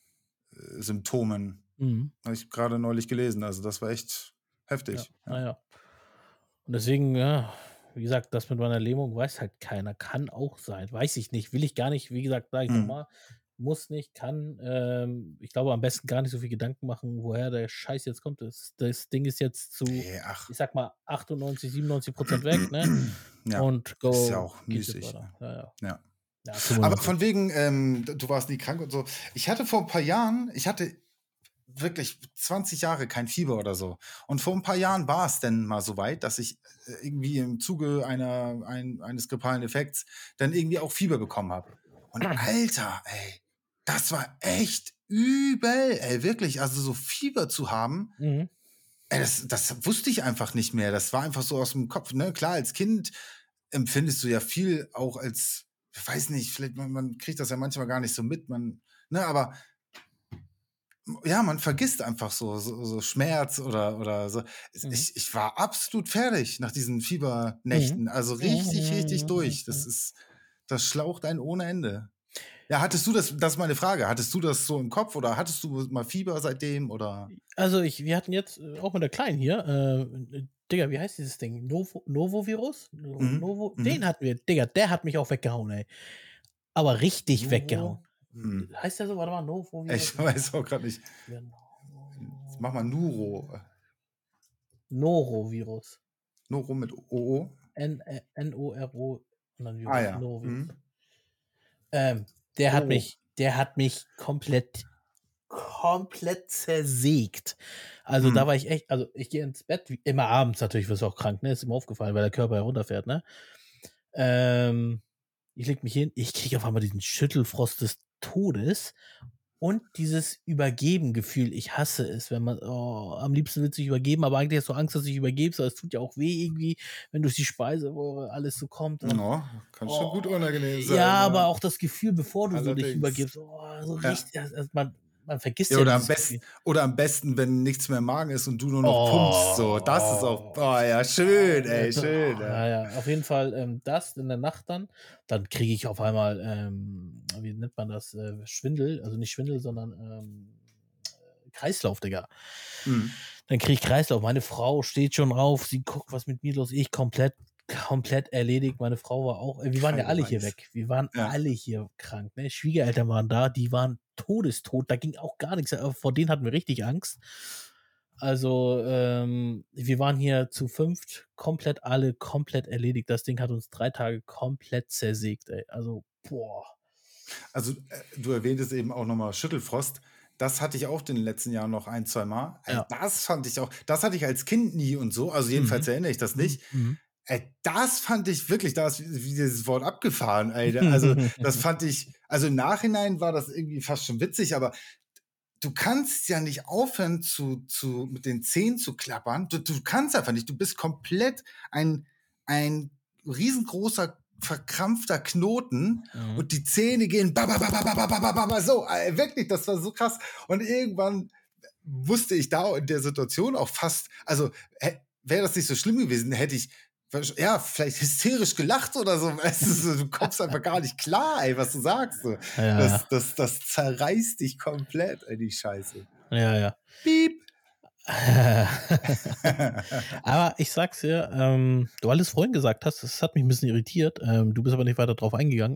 Symptomen. Mhm. Habe ich grade neulich gelesen. Also, das war echt Ja, heftig, na ja. ja. Und deswegen, ja, wie gesagt, das mit meiner Lähmung weiß halt keiner. Kann auch sein. Weiß ich nicht. Will ich gar nicht, wie gesagt, sage ich noch Mhm. mal, muss nicht, kann. Ich glaube, am besten gar nicht so viel Gedanken machen, woher der Scheiß jetzt kommt. Das Ding ist jetzt zu, Ne, ach. ich sage mal, 98, 97% weg, ne? Ja, Und ist ja go auch geht's jetzt müßig, weiter. ne? Ja, ja. Ja. Ja, Aber 95. von wegen, du warst nie krank und so. Ich hatte vor 'n paar Jahren ich hatte wirklich 20 Jahre kein Fieber oder so. Und vor 'n paar Jahren war es dann mal so weit, dass ich, irgendwie im Zuge eines grippalen Effekts dann irgendwie auch Fieber bekommen habe. Und Alter, ey, das war echt übel, ey, wirklich. Also, so Fieber zu haben, Mhm. ey, das wusste ich einfach nicht mehr. Das war einfach so aus'm Kopf, ne? Klar, als Kind empfindest du ja viel auch als ich weiß nicht, vielleicht man kriegt das ja manchmal gar nicht so mit, ne, aber ja, man vergisst einfach so Schmerz oder so. Mhm. Ich war absolut fertig nach diesen Mhm. Fiebernächten, also richtig, richtig durch. Mhm. Das schlaucht einen ohne Ende. Ja, hattest du das ist meine Frage. Hattest du das so im Kopf oder hattest du mal Fieber seitdem oder Also, wir hatten jetzt, auch mit der Kleinen hier, Digga, wie heißt dieses Ding? Novovirus? mhm, Novo den mhm. hatten wir. Digga, der hat mich auch weggehauen, ey. Aber richtig weggehauen. Nuro? Hm. Heißt der so? Warte mal, Novovirus? Ich weiß auch grad nicht. Mach mal Genau. Nuro. Norovirus. Noro mit OO? Noro und dann Ah Virus, ja. Norovirus. Mhm. Ähm, Oh. der hat mich komplett zersägt. Also, da Mhm. war ich echt, also, ich gehe ins Bett, wie immer abends natürlich, wirst du auch krank, ne? Ist immer aufgefallen, weil der Körper herunterfährt, ne? Ähm, ich lege mich hin, ich kriege auf einmal diesen Schüttelfrost des Todes und dieses Übergeben-Gefühl. Ich hasse es, wenn man, am liebsten willst du dich übergeben, aber eigentlich hast du Angst, dass du dich übergibst, aber es tut ja auch weh irgendwie, wenn durch die Speiseröhre alles so kommt und Ja, kann schon oh, gut unangenehm ja, sein, aber ja. auch das Gefühl, bevor du so dich Allerdings. übergibst, so Ja. richtig, also man vergisst Ja, ja dieses Gefühl. oder am besten, wenn nichts mehr im Magen ist und du nur noch pumpst, so. Das ist auch Oh, ja, schön, ey, schön, ja. ja, ja, auf jeden Fall, das in der Nacht dann kriege ich auf einmal, wie nennt man das, Schwindel, also nicht Schwindel, sondern, Kreislauf, Digga. Mhm. Dann kriege ich Kreislauf. Meine Frau steht schon auf, sie guckt, was mit mir los ist. Ich komplett erledigt. Meine Frau war auch, wir waren ja alle hier Kreideweiß. weg. Wir waren Ja. alle hier krank, ne? Schwiegereltern waren da, die waren todestot, da ging auch gar nix. Vor denen hatten wir richtig Angst. Also, wir waren hier zu 5, komplett erledigt. Das Ding hat uns 3 Tage komplett zersägt, ey. Also, boah. Also, du erwähntest eben auch noch mal Schüttelfrost. Das hatte ich auch in den letzten Jahren noch ein, zweimal. Ey, Ja. das fand ich auch das hatte ich als Kind nie und so, also jedenfalls Mhm. erinnere ich das Mhm. nicht. Mhm. Ey, das fand ich wirklich da ist wie dieses Wort abgefahren, ey. Also, das fand ich also im Nachhinein war das irgendwie fast schon witzig, aber du kannst ja nicht aufhören mit den Zähnen zu klappern. Du kannst einfach nicht. Du bist komplett ein riesengroßer, verkrampfter Knoten Mhm. und die Zähne gehen ba ba ba ba ba ba ba ba ba ba so, wirklich, das war so krass. Und irgendwann wusste ich da in der Situation auch fast also, wäre das nicht so schlimm gewesen, hätte ich ja, vielleicht hysterisch gelacht oder so, weißt du, so, du kommst einfach gar nicht klar, ey, was du sagst, so. Ja, ja. Das zerreißt dich komplett, ey, die Scheiße. Ja, ja. Piep. Aber ich sag's dir, weil du's vorhin gesagt hast, das hat mich 'n bisschen irritiert, du bist aber nicht weiter drauf eingegangen.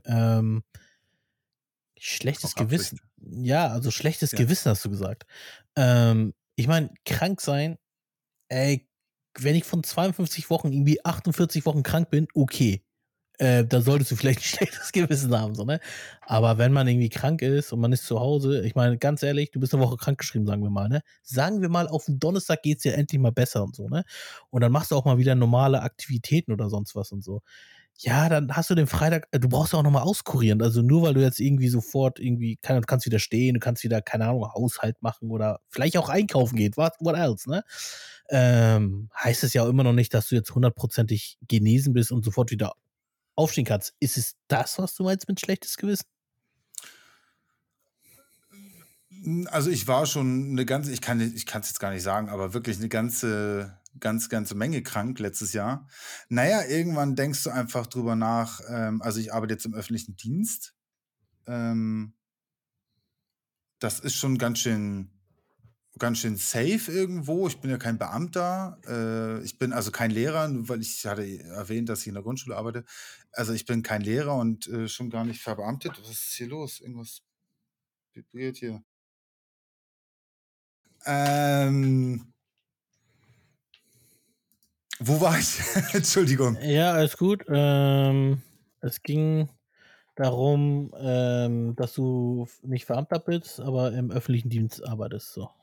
Schlechtes Auch Absicht. Gewissen. Ja, also schlechtes Ja. Gewissen hast du gesagt. Ich meine, krank sein, ey, wenn ich von 52 Wochen irgendwie 48 Wochen krank bin, okay. Da solltest du vielleicht 'n schlechtes Gewissen haben, so, ne? Aber wenn man irgendwie krank ist und man ist zu Hause, ich meine, ganz ehrlich, du bist 'ne Woche krankgeschrieben, sagen wir mal, ne? Sagen wir mal, auf 'n Donnerstag geht's dir endlich mal besser und so, ne? Und dann machst du auch mal wieder normale Aktivitäten oder sonst was und so. Ja, dann hast du den Freitag du brauchst ja auch noch mal auskurieren. Also, nur weil du jetzt irgendwie sofort irgendwie du kannst wieder stehen, du kannst wieder, keine Ahnung, Haushalt machen oder vielleicht auch einkaufen gehen, what else, ne? Heißt es ja auch immer noch nicht, dass du jetzt hundertprozentig genesen bist und sofort wieder aufstehen kannst. Ist es das, was du meinst mit schlechtes Gewissen? Also, ich war schon eine ganze ich kann's jetzt gar nicht sagen, aber wirklich eine ganze Menge krank letztes Jahr. Na ja, irgendwann denkst du einfach drüber nach, also, ich arbeite jetzt im öffentlichen Dienst. Ähm, Das ist schon ganz schön safe irgendwo. Ich bin ja kein Beamter. Ich bin also kein Lehrer, nur weil ich hatte erwähnt, dass ich in der Grundschule arbeite. Also, ich bin kein Lehrer und, schon gar nicht verbeamtet. Was ist hier los? Irgendwas vibriert hier. Ähm, Wo war ich? Entschuldigung. Ja, alles gut. Es ging darum, dass du nicht verbeamtet bist, aber im öffentlichen Dienst arbeitest, so.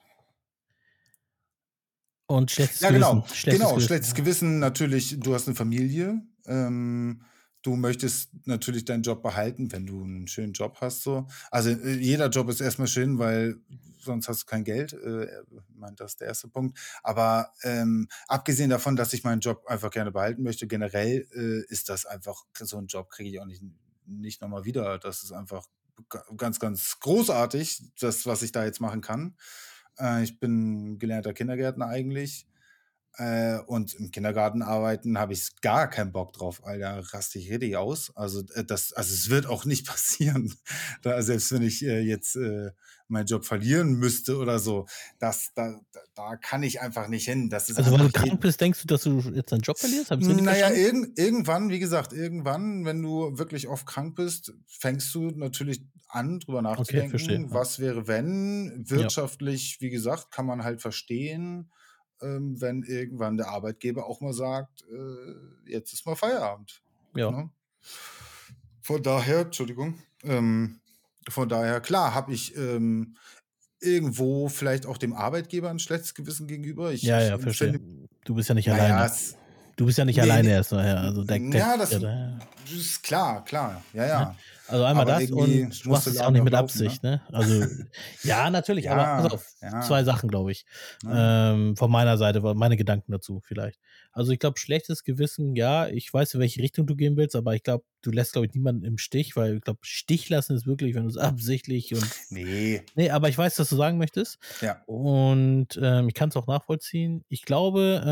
Und schlechtes Ja, genau. Gewissen, schlechtes Genau, Gewissen. schlechtes Gewissen natürlich, du hast eine Familie, du möchtest natürlich deinen Job behalten, wenn du einen schönen Job hast so. Also, jeder Job ist erstmal schön, weil sonst hast du kein Geld, ich meine, das ist der erste Punkt. Aber, abgesehen davon, dass ich meinen Job einfach gerne behalten möchte, generell, ist das einfach so ein Job kriege ich auch nicht noch mal wieder. Das ist einfach ganz, ganz großartig, das, was ich da jetzt machen kann. Ich bin gelernter Kindergärtner eigentlich, und im Kindergarten arbeiten habe ich gar keinen Bock drauf, Alter, raste ich richtig aus. Also, es wird auch nicht passieren, da selbst wenn ich, jetzt, meinen Job verlieren müsste oder so, da kann ich einfach nicht hin. Das ist Also, weil du einfach krank bist, denkst du, dass du jetzt deinen Job verlierst? Habe ich's richtig na ja, verstanden? irgendwann, wie gesagt, irgendwann, wenn du wirklich oft krank bist, fängst du natürlich an, drüber Okay, verstehe, nachzudenken: ja. „Was wäre, wenn?“ Ja, Wirtschaftlich, wie gesagt, kann man halt verstehen, wenn irgendwann der Arbeitgeber auch mal sagt: „Jetzt ist mal Feierabend“, ja. ne? Von daher Entschuldigung, von daher, klar, habe ich, irgendwo vielleicht auch dem Arbeitgeber ein schlechtes Gewissen gegenüber. Ja, Ich ja, verstehe. empfinde Du bist ja nicht na ja, alleine. es Du bist ja nicht ne, alleine ne erst mal, ja. Also, der ja, ja, das da ist klar, klar. Ja, ne? ja. Also, einmal Aber das irgendwie und du muss machst der es ja auch Laden nicht noch mit laufen, ne? Absicht, ne? Also, ja, natürlich, aber pass Ja, auf, ja, 2 Sachen, glaube ich, ne? von meiner Seite, meine Gedanken dazu vielleicht. Also, ich glaube, schlechtes Gewissen, ja, ich weiß, in welche Richtung du gehen willst, aber ich glaube, du lässt, glaube ich, niemanden im Stich, weil ich glaube, Stich lassen ist wirklich, wenn du's absichtlich und Ne, ne, aber ich weiß, was du sagen möchtest ja. und, ich kann's auch nachvollziehen. Ich glaube,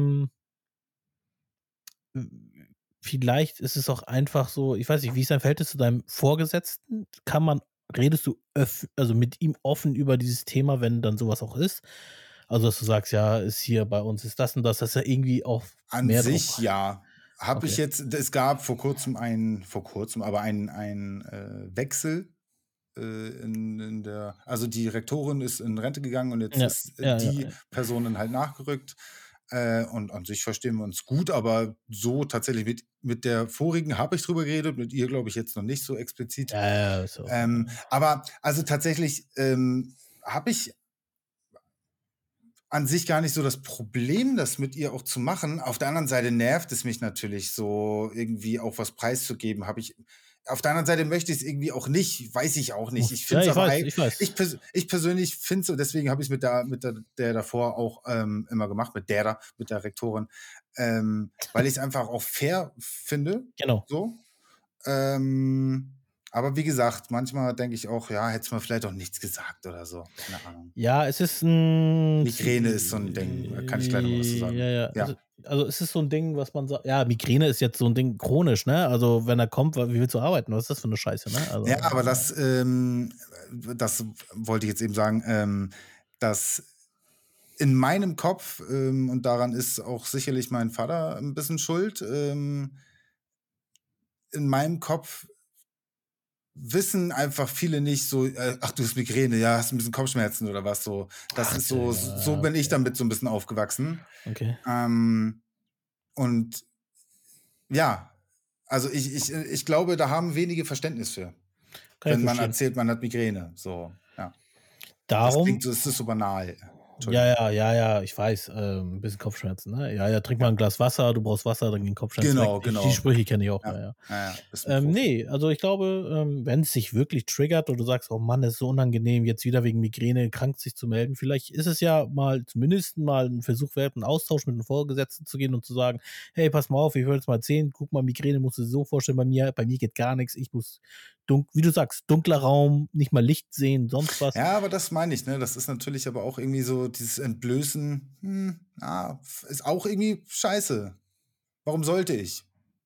vielleicht ist es auch einfach so ich weiß nicht, wie ist dein Verhältnis zu deinem Vorgesetzten? Redest du also, mit ihm offen über dieses Thema, wenn dann so was auch ist? Also, dass du sagst: „Ja, ist hier bei uns ist das und das“, dass er irgendwie auch An mehr drauf sich ja. Habe ich okay. jetzt Es gab aber einen Wechsel, in der also, die Rektorin ist in Rente gegangen und jetzt Ja, ist, ja, ja, die ja. Person dann halt nachgerückt. Und an sich verstehen wir uns gut, aber so tatsächlich mit der vorigen habe ich drüber geredet, mit ihr glaube ich jetzt noch nicht so explizit. Ja, ja, ist ja auch Aber also tatsächlich, habe ich an sich gar nicht so das Problem, das mit ihr auch zu machen. Auf der anderen Seite nervt es mich natürlich so, irgendwie auch was preiszugeben. Habe ich Auf der anderen Seite möchte ich's irgendwie auch nicht, weiß ich auch nicht. Ich ja, finde es aber ich weiß. ich persönlich finde es so, deswegen habe ich's mit der davor auch, immer gemacht, mit der Rektorin, weil ich's einfach auch fair finde, Genau. so. Ähm, aber wie gesagt, manchmal denke ich auch: „Ja, hättest mal vielleicht auch nichts gesagt“ oder so, keine Ahnung. Ja, es ist 'n Migräne ist so 'n Ding, kann ich gleich noch mal was zu ja, sagen. ja. Ja. Also, es ist so 'n Ding, was man ja, Migräne ist jetzt so 'n Ding chronisch, ne? Also, wenn er kommt, wie willst du arbeiten? Was ist das für 'ne Scheiße, ne? Ja, Also, aber das wollte ich jetzt eben sagen, dass in meinem Kopf, und daran ist auch sicherlich mein Vater 'n bisschen schuld, in meinem Kopf wissen einfach viele nicht so, „Ach, du hast Migräne, ja, hast 'n bisschen Kopfschmerzen oder was?“ So, das ach, ist so Digga, bin ich okay, damit so 'n bisschen aufgewachsen. okay. Ähm, und ja, also ich glaube, da haben wenige Verständnis für, Kann ich wenn man verstehen. erzählt, man hat Migräne, so, ja. Das Darum klingt so Es ist so banal. Ja, Entschuldigung. ja, ja, ja, ich weiß, 'n bisschen Kopfschmerzen, ne? Ja, ja, trink mal Ja. 'n Glas Wasser, du brauchst Wasser, dann gehen Kopfschmerzen weg. Genau, Die genau. Sprüche kenne ich auch, Ja, ja, ja. ja, ja, bist 'n Profi. Ne, also ich glaube, wenn's dich wirklich triggert und du sagst: „Oh Mann, das ist so unangenehm, jetzt wieder wegen Migräne krank sich zu melden." Vielleicht ist es ja mal zumindest mal 'n Versuch wert, 'n Austausch mit 'nem Vorgesetzten zu gehen und zu sagen: „Hey, pass mal auf, ich wollte jetzt mal erzählen, guck mal, Migräne musst du dir so vorstellen bei mir geht gar nix. Ich muss wie du sagst, dunkler Raum, nicht mal Licht sehen, sonst was." Ja, aber das meine ich, ne? Das ist natürlich aber auch irgendwie so dieses Entblößen, ist auch irgendwie scheiße. Warum sollte ich?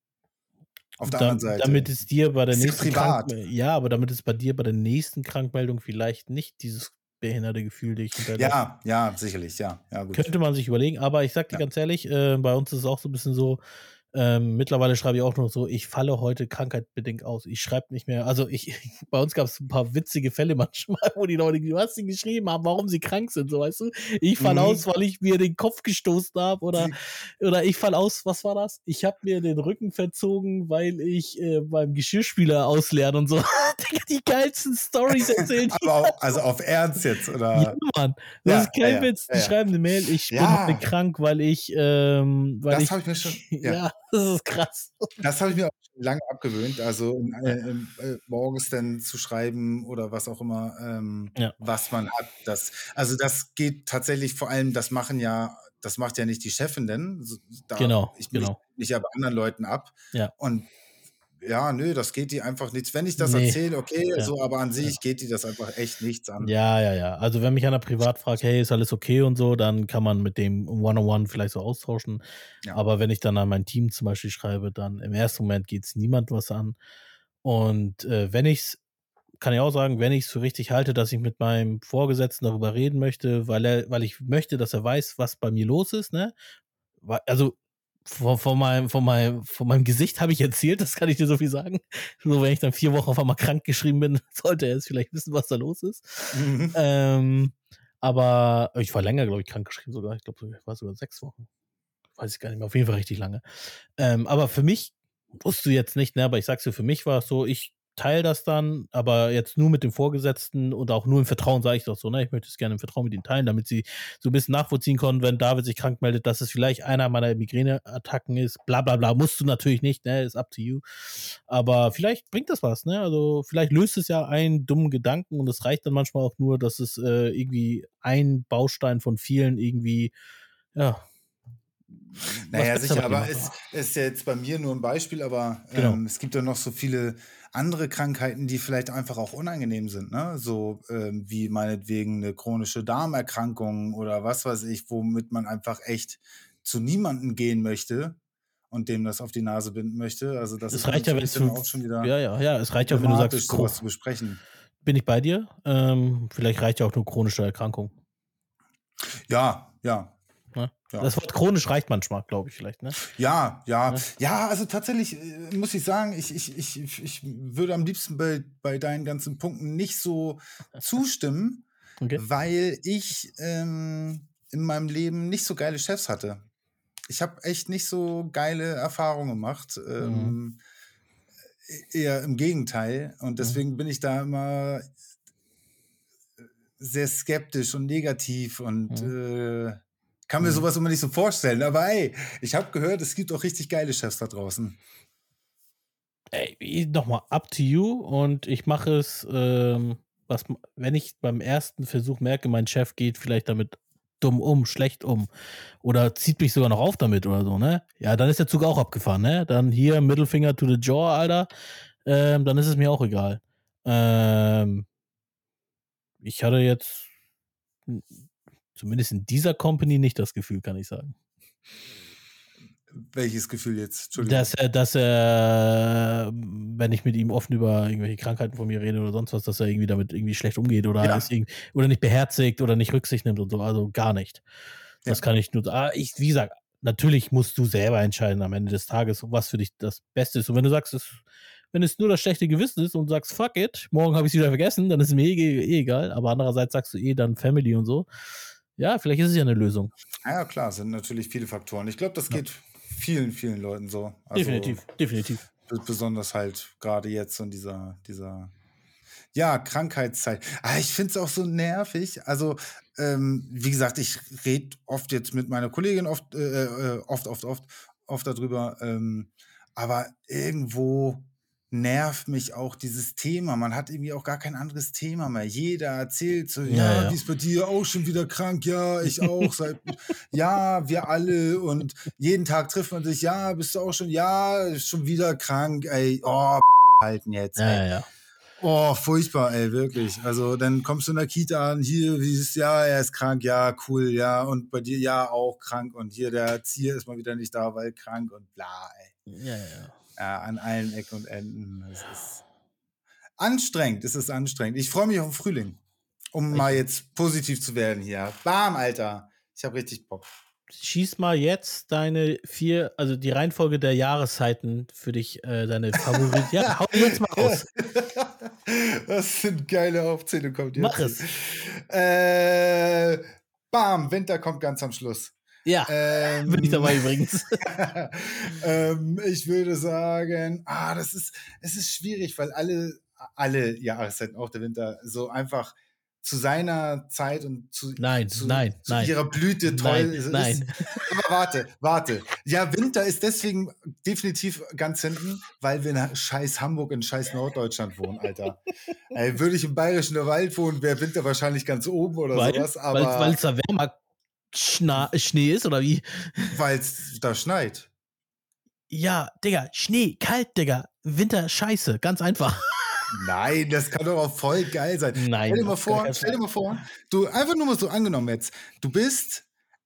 Auf der anderen Damit Seite. es dir bei der Ist ja nächsten privat. Ja, aber damit es bei dir bei der nächsten Krankmeldung vielleicht nicht dieses behinderte Gefühl dich hinterlässt. Ja, ja, sicherlich, ja. Ja, gut. Könnte man sich überlegen, aber ich sage dir Ja. ganz ehrlich, bei uns ist es auch so 'n bisschen so, mittlerweile schreibe ich auch nur so: „Ich falle heute krankheitbedingt aus." Ich schreibe nicht mehr, also, ich bei uns gab's 'n paar witzige Fälle manchmal, wo die Leute was sie geschrieben haben, warum sie krank sind, so, weißt du? „Ich falle aus, Mhm. weil ich mir den Kopf gestoßen habe", Sie oder „Ich falle aus", was war das? „Ich habe mir den Rücken verzogen, weil ich, beim Geschirrspüler ausleeren" und so. Digga, die geilsten Storys erzählen die. aber auch also auf Ernst jetzt, Ja, oder? Mann, das ist Ja, ja, kein ja, Witz. ja, Die ja. schreiben 'ne Mail: „Ich bin heute Ja, krank, weil das ich" habe ich mir schon ja. ja, das ist krass. Das habe ich mir auch schon lange abgewöhnt, also, Ja, morgens dann zu schreiben oder was auch immer, ja, was man hat. Das geht tatsächlich vor allem das macht ja nicht die Chefin denn, genau, ich mich genau. mich ja bei anderen Leuten ab Ja. und ja, nö, das geht die einfach nichts, wenn ich das Ne, erzähle, okay, ja, so, aber an ja. sich geht die das einfach echt nichts an. Ja, ja, ja. Also, wenn mich einer privat fragt: „Hey, ist alles okay?" und so, dann kann man mit dem one-on-one vielleicht so austauschen. Ja. Aber wenn ich dann an mein Team zum Beispiel schreibe, dann im ersten Moment geht's niemand was an. Und, wenn ich's kann ich auch sagen, wenn ich's für richtig halte, dass ich mit meinem Vorgesetzten darüber reden möchte, weil ich möchte, dass er weiß, was bei mir los ist, ne? Also, von meinem Gesicht habe ich erzählt, das kann ich dir so viel sagen. So, wenn ich dann 4 Wochen auf einmal krankgeschrieben bin, sollte er jetzt vielleicht wissen, was da los ist. Mhm. Ähm, aber ich war länger, glaube ich, krankgeschrieben sogar. Ich glaube, ich war sogar 6 Wochen. Weiß ich gar nicht mehr, auf jeden Fall richtig lange. Aber für mich musst du jetzt nicht, ne, aber ich sage dir, für mich war es so, ich teile das dann, aber jetzt nur mit dem Vorgesetzten und auch nur im Vertrauen sage ich doch so, ne? Ich möchte es gerne im Vertrauen mit ihnen teilen, damit sie so 'n bisschen nachvollziehen können, wenn David sich krank meldet, dass es vielleicht einer meiner Migräneattacken ist, bla bla bla. Musst du natürlich nicht, ne, ist up to you. Aber vielleicht bringt das was, ne? Also, vielleicht löst es ja einen dummen Gedanken und es reicht dann manchmal auch nur, dass es, irgendwie ein Baustein von vielen irgendwie, ja, Na was ja, besser sicher, bei dir aber macht. es ist ja jetzt bei mir nur 'n Beispiel, aber, Genau. es gibt ja noch so viele andere Krankheiten, die vielleicht einfach auch unangenehm sind, ne? So, wie meinetwegen 'ne chronische Darmerkrankung oder was weiß ich, womit man einfach echt zu niemanden gehen möchte und dem das auf die Nase binden möchte. Also, das Es ist reicht ja, natürlich wenn's dann für auch schon wieder ja, ja, ja, es reicht ja auch, wenn du sagst, problematisch, so was zu besprechen. bin ich bei dir. Vielleicht reicht ja auch nur chronische Erkrankung, Ja, ja, ne? ja. Das Wort chronisch reicht manchmal, glaube ich vielleicht, ne? Ja, ja. Ne? Ja, also tatsächlich, muss ich sagen, ich würde am liebsten bei deinen ganzen Punkten nicht so zustimmen, Okay. weil ich, in meinem Leben nicht so geile Chefs hatte. Ich habe echt nicht so geile Erfahrungen gemacht, Mhm, eher im Gegenteil. Und mhm, deswegen bin ich da immer sehr skeptisch und negativ und, mhm, kann mir mhm. sowas immer nicht so vorstellen. Aber hey, ich habe gehört, es gibt auch richtig geile Chefs da draußen. Ey, noch mal up to you und ich mache es, wenn ich beim ersten Versuch merke, mein Chef geht vielleicht damit dumm um, schlecht um oder zieht mich sogar noch auf damit oder so, ne? Ja, dann ist der Zug auch abgefahren, ne? Dann hier Mittelfinger to the jaw, Alter. Dann ist es mir auch egal. Ähm, Ich hatte jetzt hm, zumindest in dieser Company nicht das Gefühl, kann ich sagen. Welches Gefühl jetzt? Dass Entschuldigung. wenn ich mit ihm offen über irgendwelche Krankheiten von mir rede oder sonst was, dass er irgendwie damit irgendwie schlecht umgeht oder Ja, oder nicht beherzigt oder nicht Rücksicht nimmt und so, also gar nicht. Das ja. kann ich nur wie gesagt, natürlich musst du selber entscheiden am Ende des Tages, was für dich das Beste ist. Und wenn du sagst, wenn es nur das schlechte Gewissen ist und sagst: „Fuck it, morgen habe ich's wieder vergessen", dann ist es mir egal. Aber andererseits sagst du dann Family und so. Ja, vielleicht ist es ja 'ne Lösung. Ja, ja, klar, sind natürlich viele Faktoren. Ich glaube, das Ja, geht vielen, vielen Leuten so. Also, definitiv, definitiv. besonders halt grade jetzt in dieser Ja, Krankheitszeit. Ich finde es auch so nervig. Also, wie gesagt, ich rede oft jetzt mit meiner Kollegin oft darüber, aber irgendwo nervt mich auch dieses Thema. Man hat irgendwie auch gar kein anderes Thema mehr. Jeder erzählt so: Ja, „Ja, wie ja. ist bei dir? Auch schon wieder krank? Ja, ich auch seit ja, wir alle und jeden Tag trifft man sich: „Ja, bist du auch schon? Ja, ist schon wieder krank, ey. Oh, halten jetzt, Ja, ey.“ ja, ja. Oh, furchtbar, ey, wirklich. Also, dann kommst du in der Kita an, hier, wie ist ja, er ist krank, ja, cool, ja, und bei dir, ja, auch krank und hier der Erzieher ist mal wieder nicht da, weil krank und bla, ey. Ja, ja, ja. Ja, an allen Ecken und Enden. Es ist anstrengend, es ist anstrengend. Ich freue mich auf den Frühling, um mal Ich jetzt positiv zu werden hier. Bam, Alter. Ich habe richtig Bock. schieß mal jetzt deine 4, also die Reihenfolge der Jahreszeiten für dich, deine Favorit ja, hau die jetzt mal raus. Was für 'ne geile Aufzählung kommt Mach jetzt hier. es. Äh, Bam, Winter kommt ganz am Schluss. Ja, bin ich Ähm, dabei übrigens. ich würde sagen, es ist schwierig, weil alle Jahreszeiten, auch der Winter, so einfach zu seiner Zeit und Nein, nein, zu nein, ihrer Blüte nein, toll ist. nein. Aber warte. Ja, Winter ist deswegen definitiv ganz hinten, weil wir in scheiß Hamburg in scheiß Norddeutschland wohnen, Alter. Ey, würde ich im bayerischen Wald wohnen, wäre Winter wahrscheinlich ganz oben oder Weil? sowas, Weil aber es da wärmer Schnee ist oder wie? weil es da schneit. Ja, Digga, Schnee, kalt, Digga. Winter, scheiße, ganz einfach. Nein, das kann doch auch voll geil sein. Nein, auf gar keinen Stell dir Fall. mal vor, du einfach nur mal so angenommen jetzt, du bist,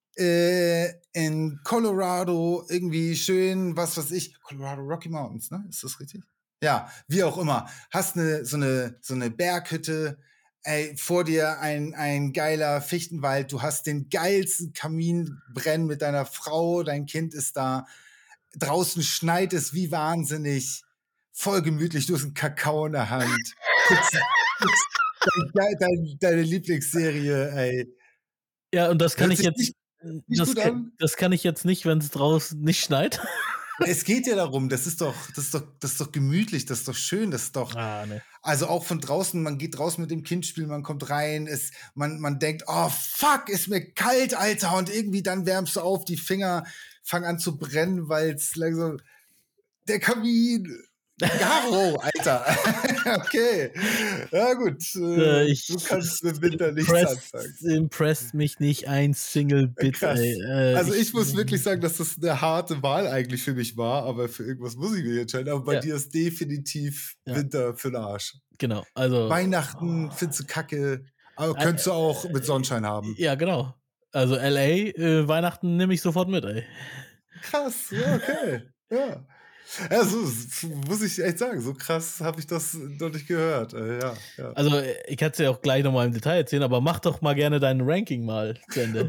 in Colorado irgendwie schön, was weiß ich, Colorado Rocky Mountains, ne? Ist das richtig? Ja, wie auch immer. Hast 'ne so 'ne Berghütte, ey, vor dir ein geiler Fichtenwald, du hast den geilsten Kamin brennen mit deiner Frau, dein Kind ist da. Draußen schneit es wie wahnsinnig, voll gemütlich, du hast 'n Kakao in der Hand, guckst deine Lieblingsserie, ey. Ja, und das kann Hört ich sich jetzt nicht gut an? das kann ich jetzt nicht, wenn's draußen nicht schneit. Es geht ja darum, das ist doch gemütlich, das ist doch schön, das ist doch Ah, ne. also, auch von draußen man geht draußen mit dem Kind spielen, man kommt rein, man denkt: „Oh, fuck, ist mir kalt, Alter.“ Und irgendwie dann wärmst du auf, die Finger fangen an zu brennen, weil's langsam der Kamin. Garo, Alter. Okay. Ja gut, du Ich kannst mit Winter nichts anfangen. impressed mich nicht ein Single Bit, ey. Krass. Also, Ich ich muss wirklich sagen, dass das 'ne harte Wahl eigentlich für mich war, aber für irgendwas muss ich mich entscheiden. Aber bei ja, dir ist definitiv ja, Winter für 'n Arsch. genau. Also, Weihnachten findest du kacke, aber äh, könntest du auch mit Sonnenschein haben. ja, genau. Also, LA, Weihnachten nehme ich sofort mit, ey. Krass, ja, okay. Ja. Ja, so muss ich echt sagen, so krass habe ich das noch nicht gehört. Ja, ja. Also, ich kann's dir auch gleich noch mal im Detail erzählen, aber mach doch mal gerne dein Ranking mal zu Ende.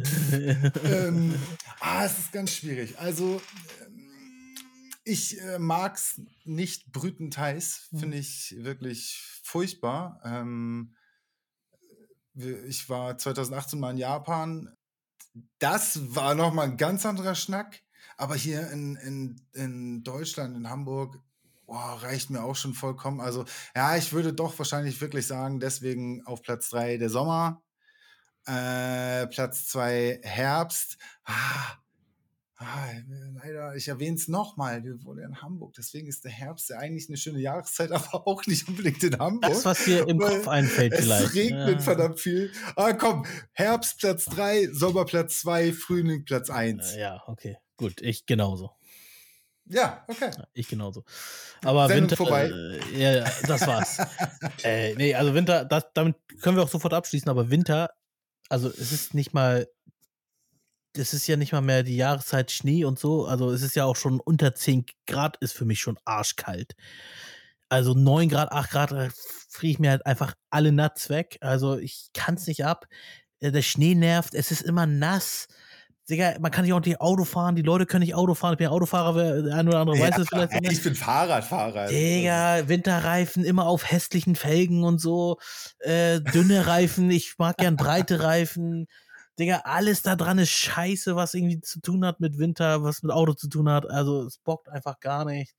Es ist ganz schwierig. Also, ich, mag's nicht brütend heiß, Mhm. finde ich wirklich furchtbar. Ich war 2018 mal in Japan. Das war noch mal 'n ganz anderer Schnack, aber hier in Deutschland, in Hamburg, boah, reicht mir auch schon vollkommen. Also, ja, ich würde doch wahrscheinlich wirklich sagen, deswegen auf Platz 3 der Sommer, Platz 2 Herbst. Leider, ich erwähne es noch mal, wir wohnen ja in Hamburg, deswegen ist der Herbst ja eigentlich 'ne schöne Jahreszeit, aber auch nicht unbedingt in Das, Hamburg, was dir im Kopf weil einfällt es vielleicht. regnet Ja, verdammt viel. Komm, Herbst Platz 3, Sommer Platz 2, Frühling Platz 1. ja, okay, gut, ich genauso. Ja, okay. Ja, ich genauso. Aber Sendung Winter, vorbei. ja, ja, das war's. Ne, also Winter, damit können wir auch sofort abschließen, aber Winter, also, es ist ja nicht mal mehr die Jahreszeit Schnee und so, also, es ist ja auch schon unter 10 Grad ist für mich schon arschkalt. Also, 9 Grad, 8 Grad, da friere ich mir halt einfach alle Nuts weg. Also, ich kann's nicht ab. Der Schnee nervt, es ist immer nass. Digga, man kann nicht auch nicht Auto fahren, die Leute können nicht Auto fahren. Ich bin ja Autofahrer, der eine oder andere Ja, weiß es vielleicht so, ne? ich bin Fahrradfahrer. Das Digga, Winterreifen immer auf hässlichen Felgen und so, dünne Reifen, ich mag gern breite Reifen. Digga, alles da dran ist scheiße, was irgendwie zu tun hat mit Winter, was mit Auto zu tun hat. Also, es bockt einfach gar nicht.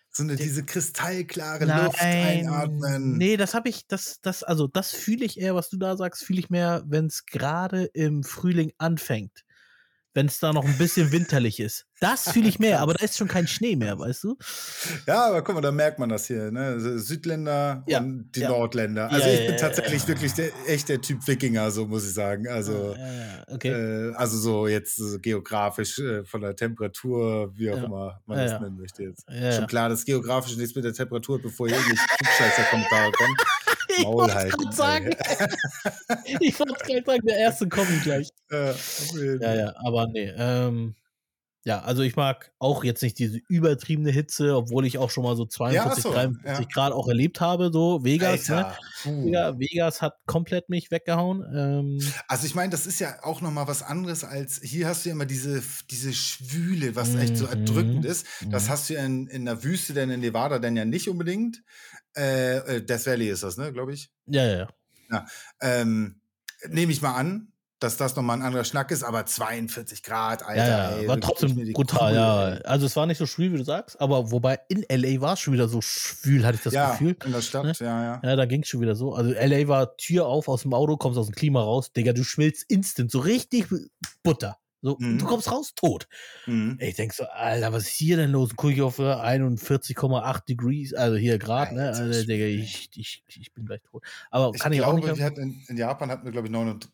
So diese kristallklare Luft Nein, einatmen. ne, das habe ich also, das fühle ich eher, was du da sagst, fühle ich mehr, wenn's grade im Frühling anfängt. Wenn's da noch 'n bisschen winterlich ist. Das fühle ich mehr, aber Krass, da ist schon kein Schnee mehr, krass. weißt du? Ja, aber guck mal, da merkt man das hier, ne? Südländer Ja, und die ja. Nordländer. Ja, Also, ich bin ja, ja, tatsächlich wirklich ja. der Typ Wikinger, so muss ich sagen. Ah, ja, ja, okay. Also so jetzt so geografisch, von der Temperatur, wie auch Ja. immer man Ja, das ja. nennen möchte jetzt. Ja, Schon ja. klar, dass geografisch nichts mit der Temperatur hat, bevor hier irgendwelche Klugscheißer-Kommentare kommen. Ich Maul wollte es grad halten, ey. sagen. Ich wollte es grad sagen, der erste Kommi gleich. Ja, auf jeden Ja, Fall. ja, aber ne, ja, also ich mag auch jetzt nicht diese übertriebene Hitze, obwohl ich auch schon mal so Ja, ach 42, so, 43 ja. Grad auch erlebt habe, so Vegas, ne? Alter, Vegas hat komplett mich weggehauen. Also, ich meine, das ist ja auch noch mal was anderes als hier hast du ja immer diese Schwüle, was echt so erdrückend Mhm, ist. Das mhm. hast du ja in der Wüste denn in Nevada dann ja nicht unbedingt. Death Valley ist das, ne, glaube ich? Ja, ja, ja. Ja, nehme ich mal an, dass das noch mal 'n anderer Schnack ist, aber 42 Grad, Ja, Alter, ja, ey, war wirklich durch trotzdem mir die brutal, Kugel, ja. ey. Also, es war nicht so schwül, wie du sagst, aber wobei in LA war's schon wieder so schwül, hatte ich das Ja, Gefühl, in der ne? Stadt, ja, ja. Ja, da ging's schon wieder so. Also, LA war Tür auf aus'm Auto, kommst aus'm Klima raus, Digga, du schwillst instant, so richtig Butter. So, du Mhm, kommst raus, tot. mhm. Ich denke so: „Alter, was ist hier denn los?“ Gucke ich auf, 41,8 Degrees, also hier Grad, ne? Alter Also, Digga, Schwede. ich bin gleich tot. Aber Ich kann ich auch nicht glaube, wir haben. hatten in Japan hatten wir, glaube ich,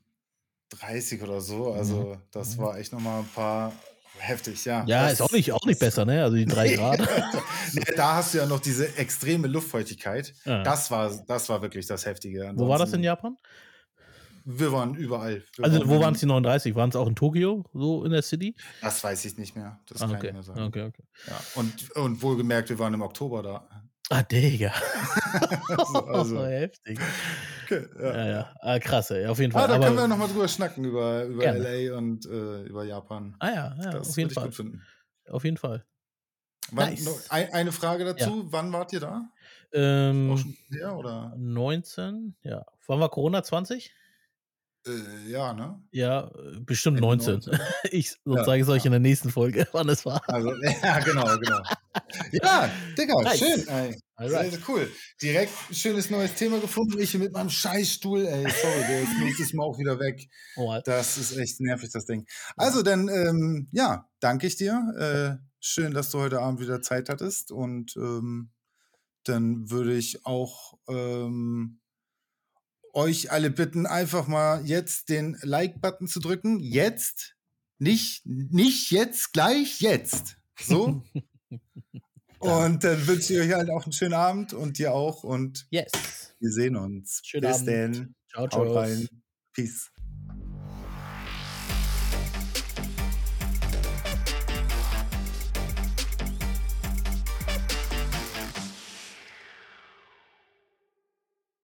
39 oder so. Mhm, Also, das mhm. war echt noch mal 'n paar heftig, ja. Ja, ist Das auch nicht ist besser, ne? Also, die 3 ne, Grad. Alter. Ne, da hast du ja noch diese extreme Luftfeuchtigkeit. Ja. Das war wirklich das Heftige. Wo war das in Ansonsten Japan? wir waren überall. Wir Also, waren wo waren's die in 39? Waren's auch in Tokio, so in der City? das weiß ich nicht mehr. Das Ah, kann ich okay. nicht mehr sagen. Okay, okay. Ja, und wohlgemerkt, wir waren im Oktober da. Ah, Digga. Also, Heftig. okay, ja, Ja, ja. ja. Ah, krass, ey, auf jeden Fall. Da können Aber wir noch mal drüber schnacken über gerne. LA und, über Japan. Ah ja, ja, auf Das jeden würde ich Fall. gut finden. Auf jeden Fall. Wann no Nice. eine Frage Ja. dazu, wann wart ihr da? Ist auch Ähm, schon her oder? 19, ja. Wann war Corona, 20? Ja, ne? Ja, bestimmt Ende 19. 19? Sonst Ja, sage ich's euch ja. in der nächsten Folge, wann es war. Also, ja, genau, genau. Ja, Digga, schön, Nice. ey. Sehr, sehr Alright. cool. Direkt 'n schönes neues Thema gefunden. Ich hier mit meinem Scheißstuhl, ey. Sorry, der ist nächstes Mal auch wieder weg. Alright. Das ist echt nervig, das Ding. Ja. Also, dann, ja, danke ich dir. Schön, dass du heute Abend wieder Zeit hattest und, dann würde ich auch, euch alle bitten, einfach mal jetzt den Like-Button zu drücken. Jetzt. Nicht jetzt, gleich, jetzt. So. Done. Und dann wünsche ich euch halt auch 'n schönen Abend und dir auch und Yes. wir sehen uns. Schönen Bis Abend. denn. Ciao, Haut tschauss. rein. Peace.